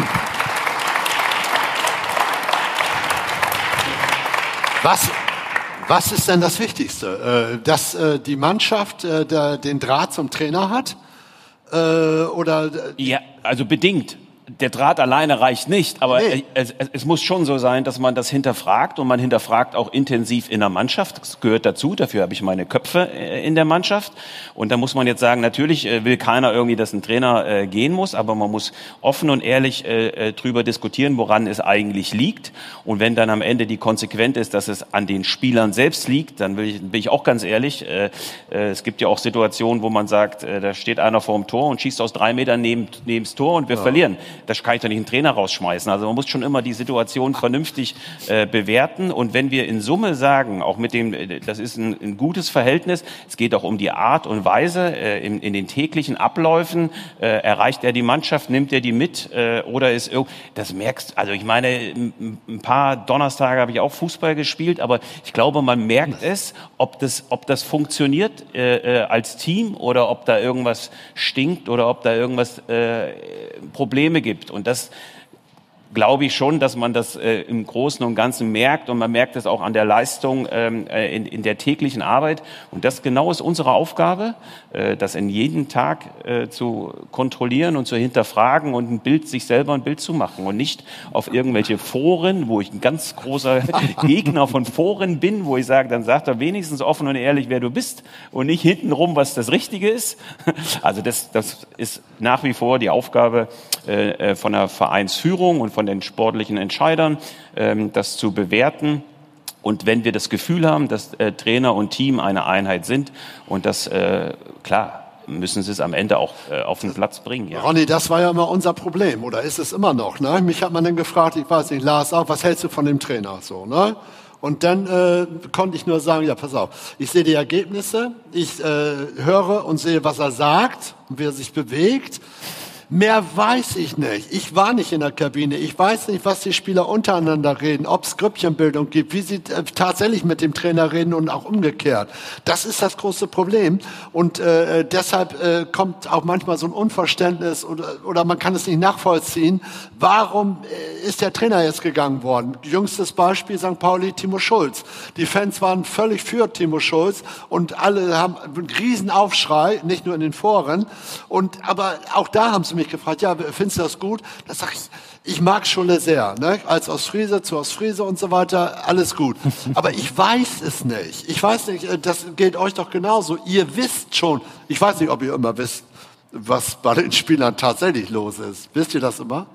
Was, was ist denn das Wichtigste? Äh, dass äh, die Mannschaft äh, der, den Draht zum Trainer hat? Äh, oder ja, also bedingt. Der Draht alleine reicht nicht, aber nee. es, es, es muss schon so sein, dass man das hinterfragt und man hinterfragt auch intensiv in der Mannschaft. Das gehört dazu, dafür habe ich meine Köpfe in der Mannschaft. Und da muss man jetzt sagen, natürlich will keiner irgendwie, dass ein Trainer äh, gehen muss, aber man muss offen und ehrlich äh, drüber diskutieren, woran es eigentlich liegt. Und wenn dann am Ende die Konsequenz ist, dass es an den Spielern selbst liegt, dann will ich, bin ich auch ganz ehrlich, äh, äh, es gibt ja auch Situationen, wo man sagt, äh, da steht einer vor dem Tor und schießt aus drei Metern neben, neben das Tor und wir ja. verlieren. da kann ich doch nicht einen Trainer rausschmeißen. Also man muss schon immer die Situation vernünftig äh, bewerten. Und wenn wir in Summe sagen, auch mit dem, das ist ein, ein gutes Verhältnis, es geht auch um die Art und Weise, äh, in, in den täglichen Abläufen, äh, erreicht er die Mannschaft, nimmt er die mit äh, oder ist irgend, das merkst, also ich meine, ein paar Donnerstage habe ich auch Fußball gespielt, aber ich glaube, man merkt es, ob das, ob das funktioniert äh, als Team oder ob da irgendwas stinkt oder ob da irgendwas äh, Probleme gibt. Und das glaube ich schon, dass man das äh, im Großen und Ganzen merkt und man merkt es auch an der Leistung ähm, in, in der täglichen Arbeit. Und das genau ist unsere Aufgabe, äh, das in jedem Tag äh, zu kontrollieren und zu hinterfragen und ein Bild, sich selber ein Bild zu machen und nicht auf irgendwelche Foren, wo ich ein ganz großer Gegner von Foren bin, wo ich sage, dann sag doch wenigstens offen und ehrlich, wer du bist und nicht hintenrum, was das Richtige ist. Also das, das ist nach wie vor die Aufgabe äh, von der Vereinsführung und von den sportlichen Entscheidern, ähm, das zu bewerten. Und wenn wir das Gefühl haben, dass äh, Trainer und Team eine Einheit sind und das, äh, klar, müssen sie es am Ende auch äh, auf den Platz bringen. Ja. Ronny, das war ja immer unser Problem, oder ist es immer noch? Ne? Mich hat man dann gefragt, ich weiß nicht, Lars auch, was hältst du von dem Trainer? So, ne? Und dann äh, konnte ich nur sagen, ja, pass auf, ich sehe die Ergebnisse, ich äh, höre und sehe, was er sagt und wie er sich bewegt. Mehr weiß ich nicht. Ich war nicht in der Kabine. Ich weiß nicht, was die Spieler untereinander reden, ob es Grüppchenbildung gibt, wie sie äh, tatsächlich mit dem Trainer reden und auch umgekehrt. Das ist das große Problem. Und äh, deshalb äh, kommt auch manchmal so ein Unverständnis oder, oder man kann es nicht nachvollziehen. Warum äh, ist der Trainer jetzt gegangen worden? Jüngstes Beispiel Sankt Pauli, Timo Schulz. Die Fans waren völlig für Timo Schulz und alle haben einen riesen Aufschrei, nicht nur in den Foren. Und, aber auch da haben sie mich gefragt, ja, findest du das gut? Da sag ich, ich mag Schulle sehr, ne? Als Ostfriese zu Ostfriese und so weiter, alles gut. Aber ich weiß es nicht. Ich weiß nicht, das geht euch doch genauso. Ihr wisst schon, ich weiß nicht, ob ihr immer wisst, was bei den Spielern tatsächlich los ist. Wisst ihr das immer?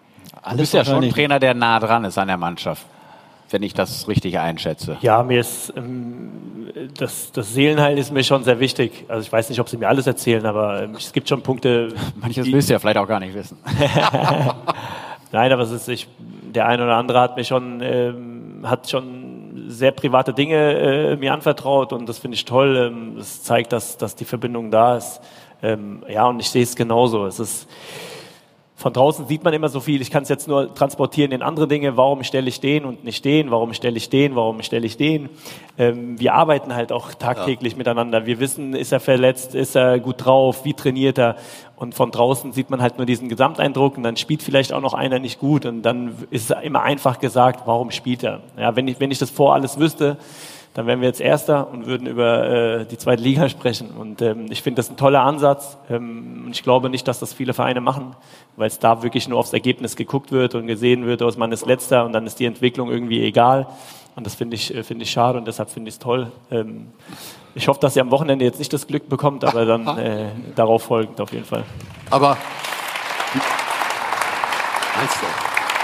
Du bist ja schon ein Trainer, der nah dran ist an der Mannschaft, wenn ich das richtig einschätze. Ja, mir ist ähm, das, das Seelenheil ist mir schon sehr wichtig. Also ich weiß nicht, ob Sie mir alles erzählen, aber ähm, es gibt schon Punkte. Manches willst du ja vielleicht auch gar nicht wissen. Nein, aber es ist, ich, der eine oder andere hat mir schon, ähm, hat schon sehr private Dinge äh, mir anvertraut und das finde ich toll. Ähm, das zeigt, dass, dass die Verbindung da ist. Ähm, ja, und ich sehe es genauso. Es ist Von draußen sieht man immer so viel, ich kann es jetzt nur transportieren in andere Dinge, warum stelle ich den und nicht den, warum stelle ich den, warum stelle ich den. Ähm, wir arbeiten halt auch tagtäglich ja. miteinander, wir wissen, ist er verletzt, ist er gut drauf, wie trainiert er und von draußen sieht man halt nur diesen Gesamteindruck und dann spielt vielleicht auch noch einer nicht gut und dann ist es immer einfach gesagt, warum spielt er. Ja, wenn ich, wenn ich das vor alles wüsste, dann wären wir jetzt Erster und würden über äh, die zweite Liga sprechen. Und ähm, ich finde das ein toller Ansatz. Ähm, und ich glaube nicht, dass das viele Vereine machen, weil es da wirklich nur aufs Ergebnis geguckt wird und gesehen wird, dass man ist Letzter und dann ist die Entwicklung irgendwie egal. Und das finde ich, finde ich schade und deshalb finde ich es toll. Ähm, ich hoffe, dass ihr am Wochenende jetzt nicht das Glück bekommt, aber dann äh, darauf folgend auf jeden Fall. Aber meinst du?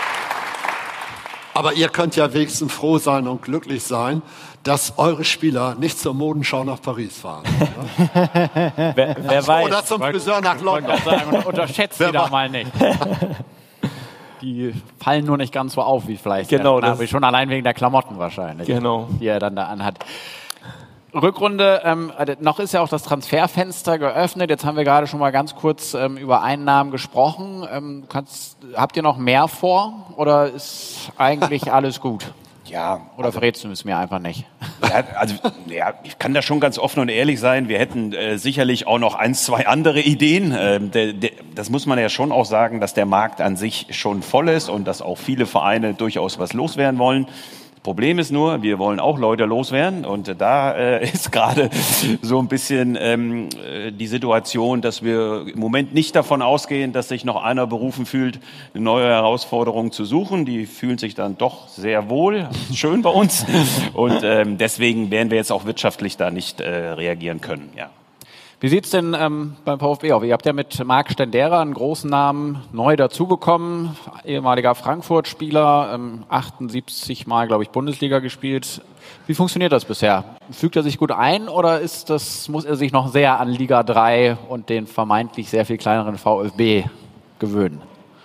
Aber ihr könnt ja wenigstens froh sein und glücklich sein, dass eure Spieler nicht zur Modenschau nach Paris fahren. wer, wer weiß. Oder zum Friseur nach London. Sagen, unterschätzt sie da mal nicht. Die fallen nur nicht ganz so auf, wie vielleicht. Genau, der, schon allein wegen der Klamotten wahrscheinlich, genau. die er dann da anhat. Rückrunde, ähm, noch ist ja auch das Transferfenster geöffnet. Jetzt haben wir gerade schon mal ganz kurz ähm, über Einnahmen gesprochen. Ähm, kannst, habt ihr noch mehr vor oder ist eigentlich alles gut? Ja. Oder also, verrätst du es mir einfach nicht? Ja, also, ja, ich kann da schon ganz offen und ehrlich sein. Wir hätten äh, sicherlich auch noch ein, zwei andere Ideen. Ähm, de, de, das muss man ja schon auch sagen, dass der Markt an sich schon voll ist und dass auch viele Vereine durchaus was loswerden wollen. Problem ist nur, wir wollen auch Leute loswerden und da äh, ist gerade so ein bisschen ähm, die Situation, dass wir im Moment nicht davon ausgehen, dass sich noch einer berufen fühlt, eine neue Herausforderung zu suchen. Die fühlen sich dann doch sehr wohl, schön bei uns und ähm, deswegen werden wir jetzt auch wirtschaftlich da nicht äh, reagieren können. Ja. Wie sieht's denn ähm, beim VfB aus? Ihr habt ja mit Marc Stendera einen großen Namen neu dazubekommen, ehemaliger Frankfurt-Spieler, ähm, achtundsiebzig Mal, glaube ich, Bundesliga gespielt. Wie funktioniert das bisher? Fügt er sich gut ein oder ist das, muss er sich noch sehr an Liga drei und den vermeintlich sehr viel kleineren VfB gewöhnen?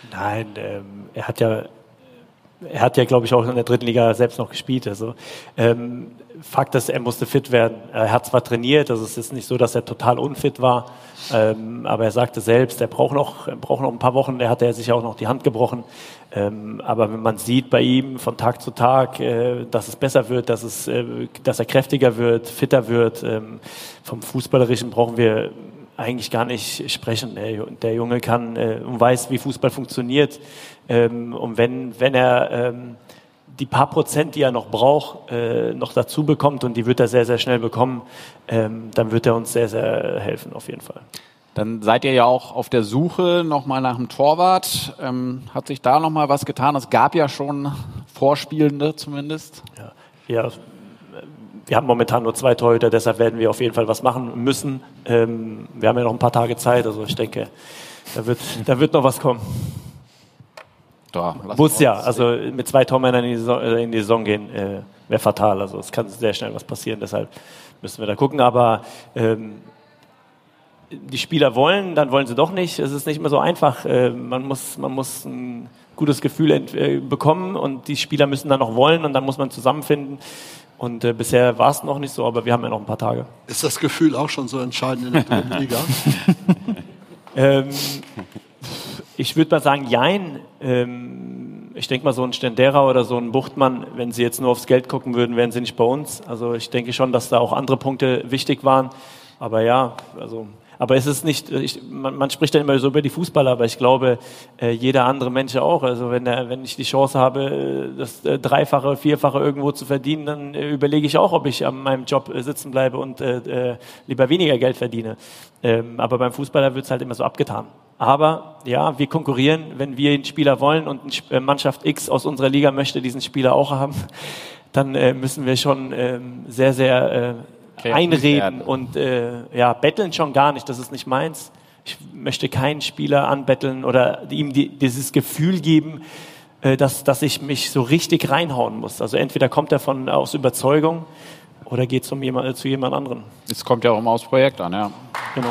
Nein, ähm, er hat ja, er hat ja, glaube ich, auch in der dritten Liga selbst noch gespielt. Also ähm, Fakt ist, er musste fit werden. Er hat zwar trainiert, also es ist nicht so, dass er total unfit war, ähm, aber er sagte selbst, er braucht noch, er braucht noch ein paar Wochen. Er hatte ja sich ja auch noch die Hand gebrochen. Ähm, aber wenn man sieht bei ihm von Tag zu Tag, äh, dass es besser wird, dass es, äh, dass er kräftiger wird, fitter wird, ähm, vom Fußballerischen brauchen wir eigentlich gar nicht sprechen. Der Junge kann äh, und weiß, wie Fußball funktioniert. Ähm, und wenn, wenn er ähm, die paar Prozent, die er noch braucht, äh, noch dazu bekommt, und die wird er sehr, sehr schnell bekommen, ähm, dann wird er uns sehr, sehr helfen, auf jeden Fall. Dann seid ihr ja auch auf der Suche nochmal nach einem Torwart. Ähm, hat sich da nochmal was getan? Es gab ja schon Vorspielende zumindest. Ja, ja. Wir haben momentan nur zwei Torhüter, deshalb werden wir auf jeden Fall was machen müssen. Ähm, wir haben ja noch ein paar Tage Zeit, also ich denke, da wird, da wird noch was kommen. Da, Muss ja, also mit zwei Tormännern in die Saison, äh, in die Saison gehen, äh, wäre fatal. Also es kann sehr schnell was passieren, deshalb müssen wir da gucken. Aber ähm, die Spieler wollen, dann wollen sie doch nicht. Es ist nicht mehr so einfach. Äh, man muss, man muss ein gutes Gefühl ent- äh, bekommen und die Spieler müssen dann noch wollen und dann muss man zusammenfinden. Und äh, bisher war es noch nicht so, aber wir haben ja noch ein paar Tage. Ist das Gefühl auch schon so entscheidend in der dritten Liga? ähm, ich würde mal sagen, jein. Ähm, ich denke mal, so ein Stendera oder so ein Buchtmann, wenn sie jetzt nur aufs Geld gucken würden, wären sie nicht bei uns. Also ich denke schon, dass da auch andere Punkte wichtig waren. Aber ja, also... Aber es ist nicht, ich, man, man spricht dann immer so über die Fußballer, aber ich glaube, äh, jeder andere Mensch auch. Also wenn, der, wenn ich die Chance habe, das äh, Dreifache, Vierfache irgendwo zu verdienen, dann äh, überlege ich auch, ob ich an meinem Job äh, sitzen bleibe und äh, äh, lieber weniger Geld verdiene. Ähm, aber beim Fußballer wird es halt immer so abgetan. Aber ja, wir konkurrieren, wenn wir einen Spieler wollen und eine Mannschaft X aus unserer Liga möchte diesen Spieler auch haben, dann äh, müssen wir schon äh, sehr, sehr... Äh, einreden und äh, ja, betteln schon gar nicht, das ist nicht meins. Ich möchte keinen Spieler anbetteln oder ihm die, dieses Gefühl geben, äh, dass, dass ich mich so richtig reinhauen muss. Also entweder kommt er von aus Überzeugung oder geht zum jemand, äh, zu jemand anderen. Es kommt ja auch immer aufs Projekt an, ja. Genau.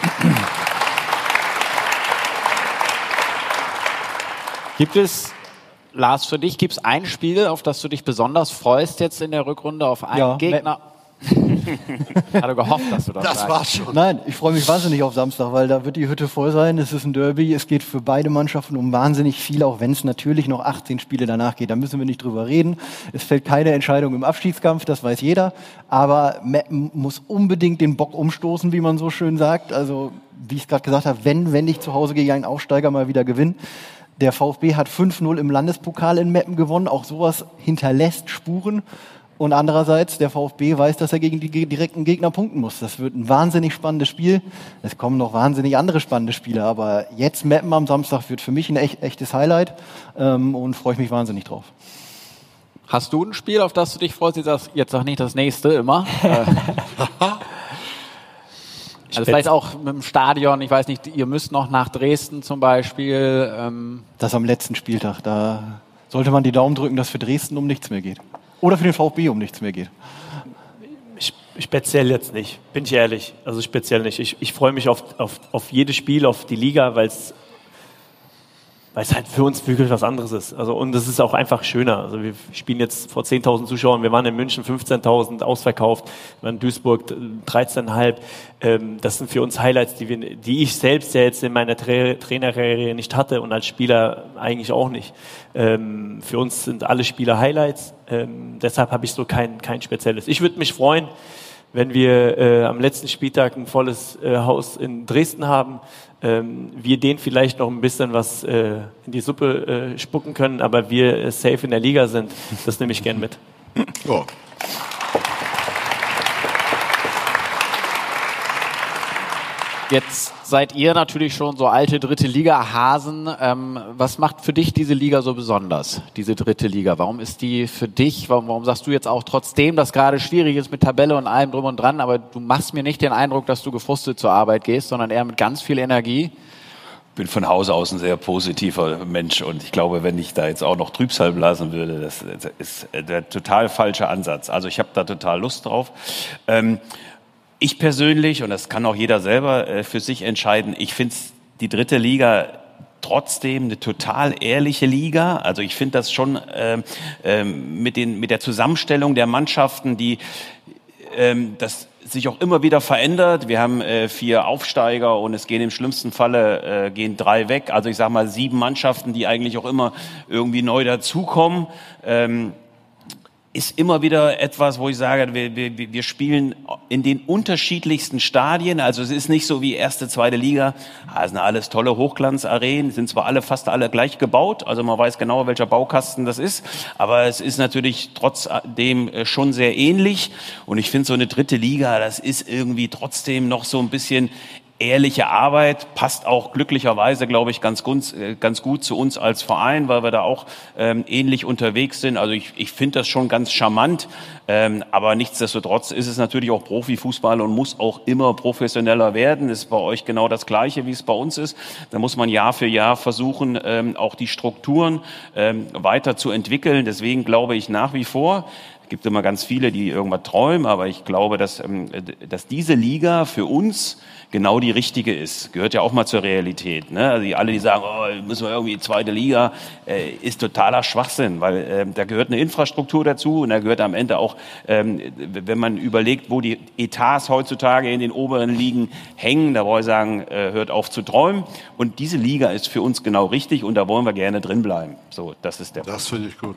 Gibt es, Lars, für dich, gibt es ein Spiel, auf das du dich besonders freust jetzt in der Rückrunde, auf einen Ja, Gegner? Hatte gehofft, dass du das, Das sagst. war's schon. Nein, ich freue mich wahnsinnig auf Samstag, weil da wird die Hütte voll sein. Es ist ein Derby. Es geht für beide Mannschaften um wahnsinnig viel, auch wenn es natürlich noch achtzehn Spiele danach geht. Da müssen wir nicht drüber reden. Es fällt keine Entscheidung im Abschiedskampf, das weiß jeder. Aber Meppen muss unbedingt den Bock umstoßen, wie man so schön sagt. Also, wie ich es gerade gesagt habe, wenn, wenn ich zu Hause gegen einen Aufsteiger mal wieder gewinne. Der VfB hat fünf null im Landespokal in Meppen gewonnen. Auch sowas hinterlässt Spuren. Und andererseits, der VfB weiß, dass er gegen die direkten Gegner punkten muss. Das wird ein wahnsinnig spannendes Spiel. Es kommen noch wahnsinnig andere spannende Spiele. Aber jetzt Meppen am Samstag wird für mich ein echt, echtes Highlight. Ähm, und freue ich mich wahnsinnig drauf. Hast du ein Spiel, auf das du dich freust? Jetzt sag nicht das nächste immer. Also vielleicht auch mit dem Stadion. Ich weiß nicht, ihr müsst noch nach Dresden zum Beispiel. Ähm Das am letzten Spieltag. Da sollte man die Daumen drücken, dass für Dresden um nichts mehr geht. Oder für den VfB um nichts mehr geht. Speziell jetzt nicht, bin ich ehrlich. Also speziell nicht. Ich, ich freue mich auf, auf, auf jedes Spiel, auf die Liga, weil es weil es halt für uns wirklich was anderes ist. Also, und es ist auch einfach schöner. Also wir spielen jetzt vor zehntausend Zuschauern, wir waren in München fünfzehntausend ausverkauft, wir waren in Duisburg dreizehntausend. Ähm, das sind für uns Highlights, die, wir, die ich selbst ja jetzt in meiner Tra- Trainerkarriere nicht hatte und als Spieler eigentlich auch nicht. Ähm, für uns sind alle Spieler Highlights, ähm, deshalb habe ich so kein, kein spezielles. Ich würde mich freuen, wenn wir äh, am letzten Spieltag ein volles äh, Haus in Dresden haben, ähm, wir denen vielleicht noch ein bisschen was äh, in die Suppe äh, spucken können, aber wir äh, safe in der Liga sind. Das nehme ich gern mit. Oh. Jetzt seid ihr natürlich schon so alte dritte Liga-Hasen. Ähm, was macht für dich diese Liga so besonders, diese dritte Liga? Warum ist die für dich, warum, warum sagst du jetzt auch trotzdem, dass gerade schwierig ist mit Tabelle und allem drum und dran, aber du machst mir nicht den Eindruck, dass du gefrustet zur Arbeit gehst, sondern eher mit ganz viel Energie? Ich bin von Hause aus ein sehr positiver Mensch und ich glaube, wenn ich da jetzt auch noch Trübsal blasen würde, das ist der total falsche Ansatz. Also ich habe da total Lust drauf. Ähm, Ich persönlich, und das kann auch jeder selber äh, für sich entscheiden, ich finde die dritte Liga trotzdem eine total ehrliche Liga. Also ich finde das schon ähm, ähm, mit den mit der Zusammenstellung der Mannschaften, die ähm, das sich auch immer wieder verändert. Wir haben äh, vier Aufsteiger und es gehen im schlimmsten Falle äh, gehen drei weg. Also ich sage mal sieben Mannschaften, die eigentlich auch immer irgendwie neu dazukommen. Ähm, ist immer wieder etwas, wo ich sage, wir, wir, wir spielen in den unterschiedlichsten Stadien. Also es ist nicht so wie erste, zweite Liga. Das sind alles tolle Hochglanzarenen, sind zwar alle fast alle gleich gebaut, also man weiß genau, welcher Baukasten das ist, aber es ist natürlich trotzdem schon sehr ähnlich. Und ich finde, so eine dritte Liga, das ist irgendwie trotzdem noch so ein bisschen ehrliche Arbeit, passt auch glücklicherweise, glaube ich, ganz gut, ganz gut zu uns als Verein, weil wir da auch ähm, ähnlich unterwegs sind. Also ich, ich finde das schon ganz charmant, ähm, aber nichtsdestotrotz ist es natürlich auch Profifußball und muss auch immer professioneller werden. Das ist bei euch genau das Gleiche, wie es bei uns ist. Da muss man Jahr für Jahr versuchen, ähm, auch die Strukturen ähm, weiter zu entwickeln. Deswegen glaube ich nach wie vor, es gibt immer ganz viele, die irgendwas träumen, aber ich glaube, dass, ähm, dass diese Liga für uns genau die richtige ist. Gehört ja auch mal zur Realität. Ne? Also die, alle, die sagen, oh, müssen wir irgendwie zweite Liga, äh, ist totaler Schwachsinn, weil äh, da gehört eine Infrastruktur dazu und da gehört am Ende auch, ähm, wenn man überlegt, wo die Etats heutzutage in den oberen Ligen hängen, da wollen wir sagen, äh, hört auf zu träumen. Und diese Liga ist für uns genau richtig und da wollen wir gerne drin bleiben. So, das ist der. Das finde ich gut.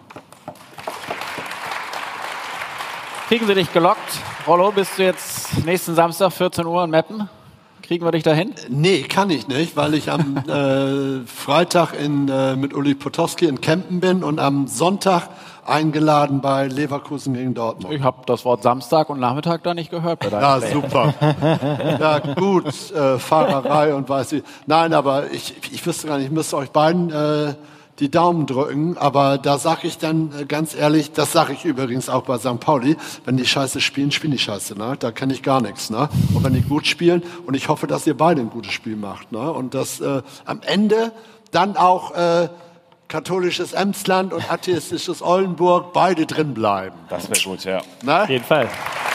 Kriegen sie dich gelockt? Rollo, bist du jetzt nächsten Samstag vierzehn Uhr in Meppen? Kriegen wir dich dahin? Nee, kann ich nicht, weil ich am äh, Freitag in, äh, mit Uli Potowski in Kempen bin und am Sonntag eingeladen bei Leverkusen gegen Dortmund. Ich habe das Wort Samstag und Nachmittag da nicht gehört. Bei ja, super. Ja, gut, äh, Fahrerei und weiß ich. Nein, aber ich, ich wüsste gar nicht, ich müsste euch beiden äh, die Daumen drücken, aber da sage ich dann äh, ganz ehrlich, das sage ich übrigens auch bei Sankt Pauli, wenn die Scheiße spielen, spielen die Scheiße, ne? Da kenne ich gar nichts, ne? Und wenn die gut spielen, und ich hoffe, dass ihr beide ein gutes Spiel macht, ne? Und dass äh, am Ende dann auch äh, katholisches Emsland und atheistisches Oldenburg beide drin bleiben. Das wäre gut, ja. Ne? Auf jeden Fall.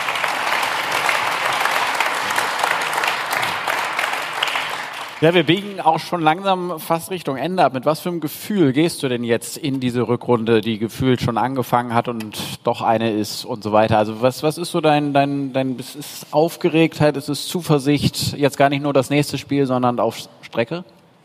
Ja, wir biegen auch schon langsam fast Richtung Ende ab. Mit was für einem Gefühl gehst du denn jetzt in diese Rückrunde, die gefühlt schon angefangen hat und doch eine ist und so weiter? Also was, was ist so dein, dein, dein, ist es Aufgeregtheit, ist es Zuversicht, jetzt gar nicht nur das nächste Spiel, sondern auf Strecke?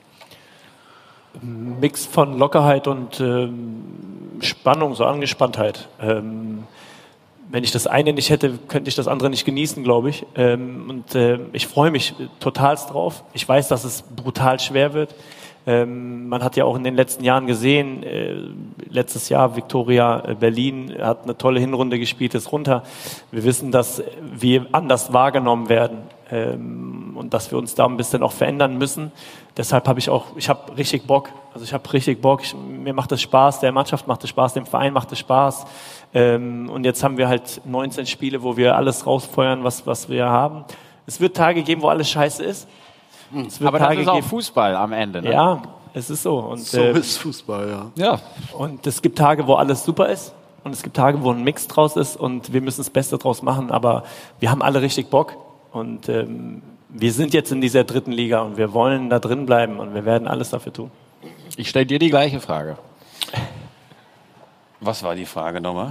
Mix von Lockerheit und ähm, Spannung, so Angespanntheit. Ähm, wenn ich das eine nicht hätte, könnte ich das andere nicht genießen, glaube ich. Ähm, und äh, ich freue mich totalst drauf. Ich weiß, dass es brutal schwer wird. Ähm, man hat ja auch in den letzten Jahren gesehen, äh, letztes Jahr Viktoria Berlin hat eine tolle Hinrunde gespielt, ist runter. Wir wissen, dass wir anders wahrgenommen werden ähm, und dass wir uns da ein bisschen auch verändern müssen. Deshalb habe ich auch, ich habe richtig Bock. Also ich habe richtig Bock. Ich, mir macht es Spaß, der Mannschaft macht es Spaß, dem Verein macht es Spaß. Ähm, und jetzt haben wir halt neunzehn Spiele, wo wir alles rausfeuern, was, was wir haben. Es wird Tage geben, wo alles scheiße ist. Es wird Aber Tage das ist auch geben. Fußball am Ende, ne? Ja, es ist so. Und, So äh, ist Fußball, ja. Ja. und es gibt Tage, wo alles super ist. Und es gibt Tage, wo ein Mix draus ist. Und wir müssen das Beste draus machen. Aber wir haben alle richtig Bock. Und ähm, wir sind jetzt in dieser dritten Liga. Und wir wollen da drin bleiben. Und wir werden alles dafür tun. Ich stelle dir die gleiche Frage. Was war die Frage nochmal?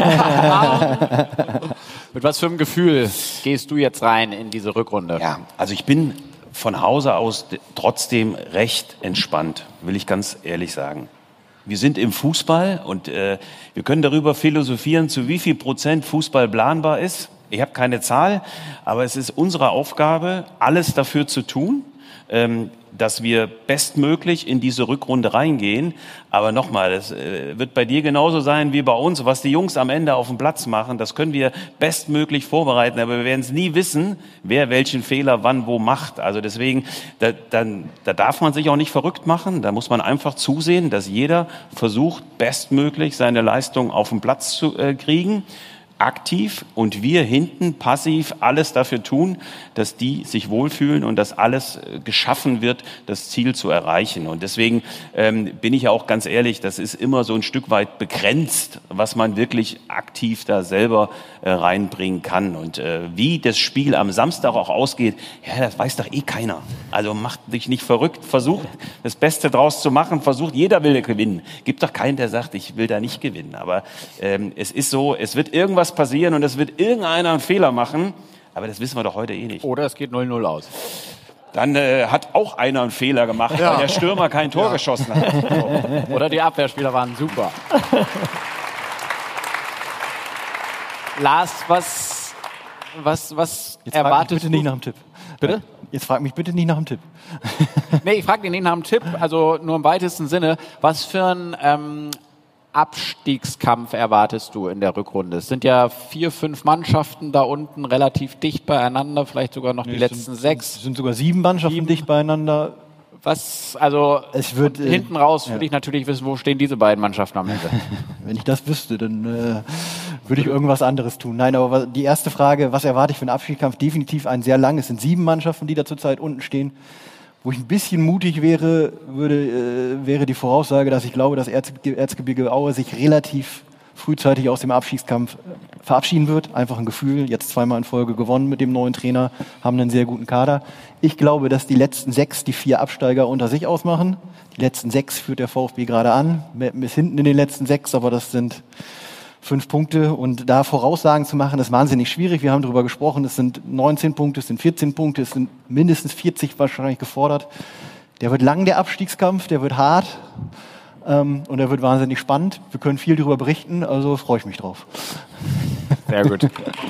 Mit was für einem Gefühl gehst du jetzt rein in diese Rückrunde? Ja, also ich bin von Hause aus trotzdem recht entspannt, will ich ganz ehrlich sagen. Wir sind im Fußball und äh, wir können darüber philosophieren, zu wie viel Prozent Fußball planbar ist. Ich habe keine Zahl, aber es ist unsere Aufgabe, alles dafür zu tun, ähm, dass wir bestmöglich in diese Rückrunde reingehen. Aber nochmal, das äh, wird bei dir genauso sein wie bei uns. Was die Jungs am Ende auf dem Platz machen, das können wir bestmöglich vorbereiten. Aber wir werden es nie wissen, wer welchen Fehler wann wo macht. Also deswegen, da, dann, da darf man sich auch nicht verrückt machen. Da muss man einfach zusehen, dass jeder versucht, bestmöglich seine Leistung auf den Platz zu äh, kriegen. aktiv und wir hinten passiv alles dafür tun, dass die sich wohlfühlen und dass alles geschaffen wird, das Ziel zu erreichen. Und deswegen ähm, bin ich ja auch ganz ehrlich, das ist immer so ein Stück weit begrenzt, was man wirklich aktiv da selber äh, reinbringen kann. Und äh, wie das Spiel am Samstag auch ausgeht, ja, das weiß doch eh keiner. Also macht dich nicht verrückt, versucht das Beste draus zu machen, versucht, jeder will gewinnen. Gibt doch keinen, der sagt, ich will da nicht gewinnen. Aber ähm, es ist so, es wird irgendwas passieren und es wird irgendeiner einen Fehler machen, aber das wissen wir doch heute eh nicht. Oder es geht null null aus. Dann äh, hat auch einer einen Fehler gemacht, ja. weil der Stürmer kein Tor ja. geschossen hat. Oder die Abwehrspieler waren super. Lars, was, was, was Jetzt erwartest bitte du? nicht nach dem Tipp. Bitte? Jetzt frag mich bitte nicht nach dem Tipp. Nee, ich frage dich nicht nach dem Tipp, also nur im weitesten Sinne. Was für ein ähm, Abstiegskampf erwartest du in der Rückrunde? Es sind ja vier, fünf Mannschaften da unten relativ dicht beieinander, vielleicht sogar noch nee, die letzten sind, sechs. Es sind sogar sieben Mannschaften sieben. dicht beieinander. Was, also es wird, äh, hinten raus ja. würde ich natürlich wissen, wo stehen diese beiden Mannschaften am Ende? Wenn ich das wüsste, dann äh, würde ich irgendwas anderes tun. Nein, aber die erste Frage, was erwarte ich für einen Abstiegskampf? Definitiv ein sehr lang. Es sind sieben Mannschaften, die da zurzeit unten stehen. Wo ich ein bisschen mutig wäre, würde, äh, wäre die Voraussage, dass ich glaube, dass Erzge- Erzgebirge Aue sich relativ frühzeitig aus dem Abstiegskampf verabschieden wird. Einfach ein Gefühl, jetzt zweimal in Folge gewonnen mit dem neuen Trainer, haben einen sehr guten Kader. Ich glaube, dass die letzten sechs die vier Absteiger unter sich ausmachen. Die letzten sechs führt der VfB gerade an. Meppen ist hinten in den letzten sechs, aber das sind fünf Punkte. Und da Voraussagen zu machen, ist wahnsinnig schwierig. Wir haben darüber gesprochen, es sind neunzehn Punkte, es sind vierzehn Punkte, es sind mindestens vierzig wahrscheinlich gefordert. Der wird lang, der Abstiegskampf, der wird hart. Ähm, und er wird wahnsinnig spannend. Wir können viel darüber berichten, also freue ich mich drauf. Sehr gut.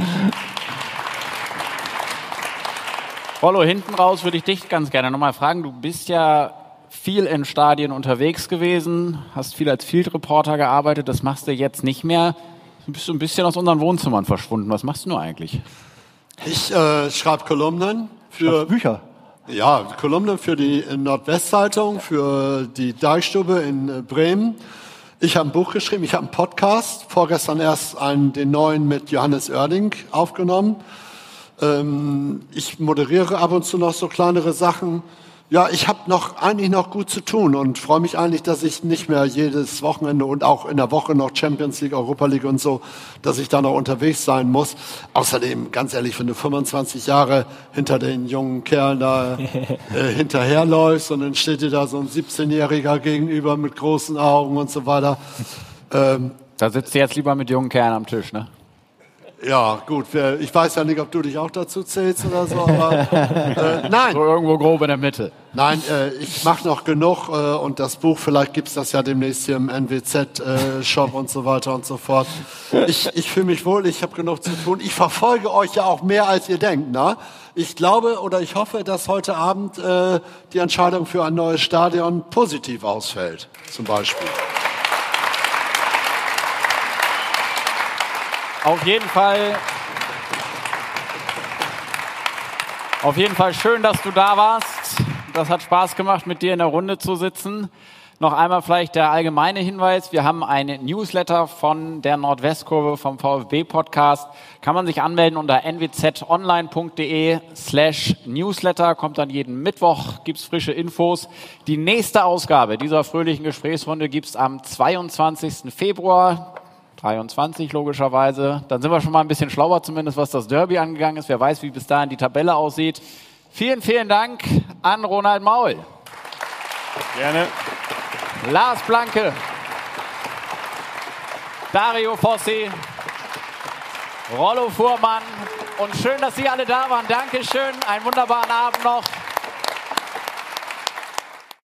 Rollo, hinten raus würde ich dich ganz gerne nochmal fragen. Du bist ja viel in Stadien unterwegs gewesen, hast viel als Field Reporter gearbeitet, das machst du jetzt nicht mehr. Du bist so ein bisschen aus unseren Wohnzimmern verschwunden. Was machst du nur eigentlich? Ich äh, schreibe Kolumnen für Schreibst Bücher. Ja, Kolumnen für die Nordwestzeitung, für die Deichstube in Bremen. Ich habe ein Buch geschrieben, ich habe einen Podcast, vorgestern erst einen, den neuen mit Johannes Oerding aufgenommen. Ähm, ich moderiere ab und zu noch so kleinere Sachen. Ja, ich habe noch eigentlich noch gut zu tun und freue mich eigentlich, dass ich nicht mehr jedes Wochenende und auch in der Woche noch Champions League, Europa League und so, dass ich da noch unterwegs sein muss. Außerdem, ganz ehrlich, wenn du fünfundzwanzig Jahre hinter den jungen Kerlen da äh, hinterherläufst und dann steht dir da so ein siebzehnjähriger gegenüber mit großen Augen und so weiter. Ähm, da sitzt du jetzt lieber mit jungen Kerlen am Tisch, ne? Ja, gut, ich weiß ja nicht, ob du dich auch dazu zählst oder so, aber äh, nein. So irgendwo grob in der Mitte. Nein, äh, ich mache noch genug äh, und das Buch, vielleicht gibt's das ja demnächst hier im N W Z-Shop äh, und so weiter und so fort. Ich, ich fühle mich wohl, ich habe genug zu tun. Ich verfolge euch ja auch mehr, als ihr denkt. Ne? Ich glaube oder ich hoffe, dass heute Abend äh, die Entscheidung für ein neues Stadion positiv ausfällt, zum Beispiel. Auf jeden Fall, auf jeden Fall schön, dass du da warst. Das hat Spaß gemacht, mit dir in der Runde zu sitzen. Noch einmal vielleicht der allgemeine Hinweis. Wir haben einen Newsletter von der Nordwestkurve vom VfB-Podcast. Kann man sich anmelden unter n w z online punkt d e slash newsletter. Kommt dann jeden Mittwoch, gibt's frische Infos. Die nächste Ausgabe dieser fröhlichen Gesprächsrunde gibt's am zweiundzwanzigsten Februar. dreiundzwanzig logischerweise. Dann sind wir schon mal ein bisschen schlauer, zumindest was das Derby angegangen ist. Wer weiß, wie bis dahin die Tabelle aussieht. Vielen, vielen Dank an Ronald Maul. Gerne. Lars Blanke. Dario Fossi. Rollo Fuhrmann. Und schön, dass Sie alle da waren. Dankeschön. Einen wunderbaren Abend noch.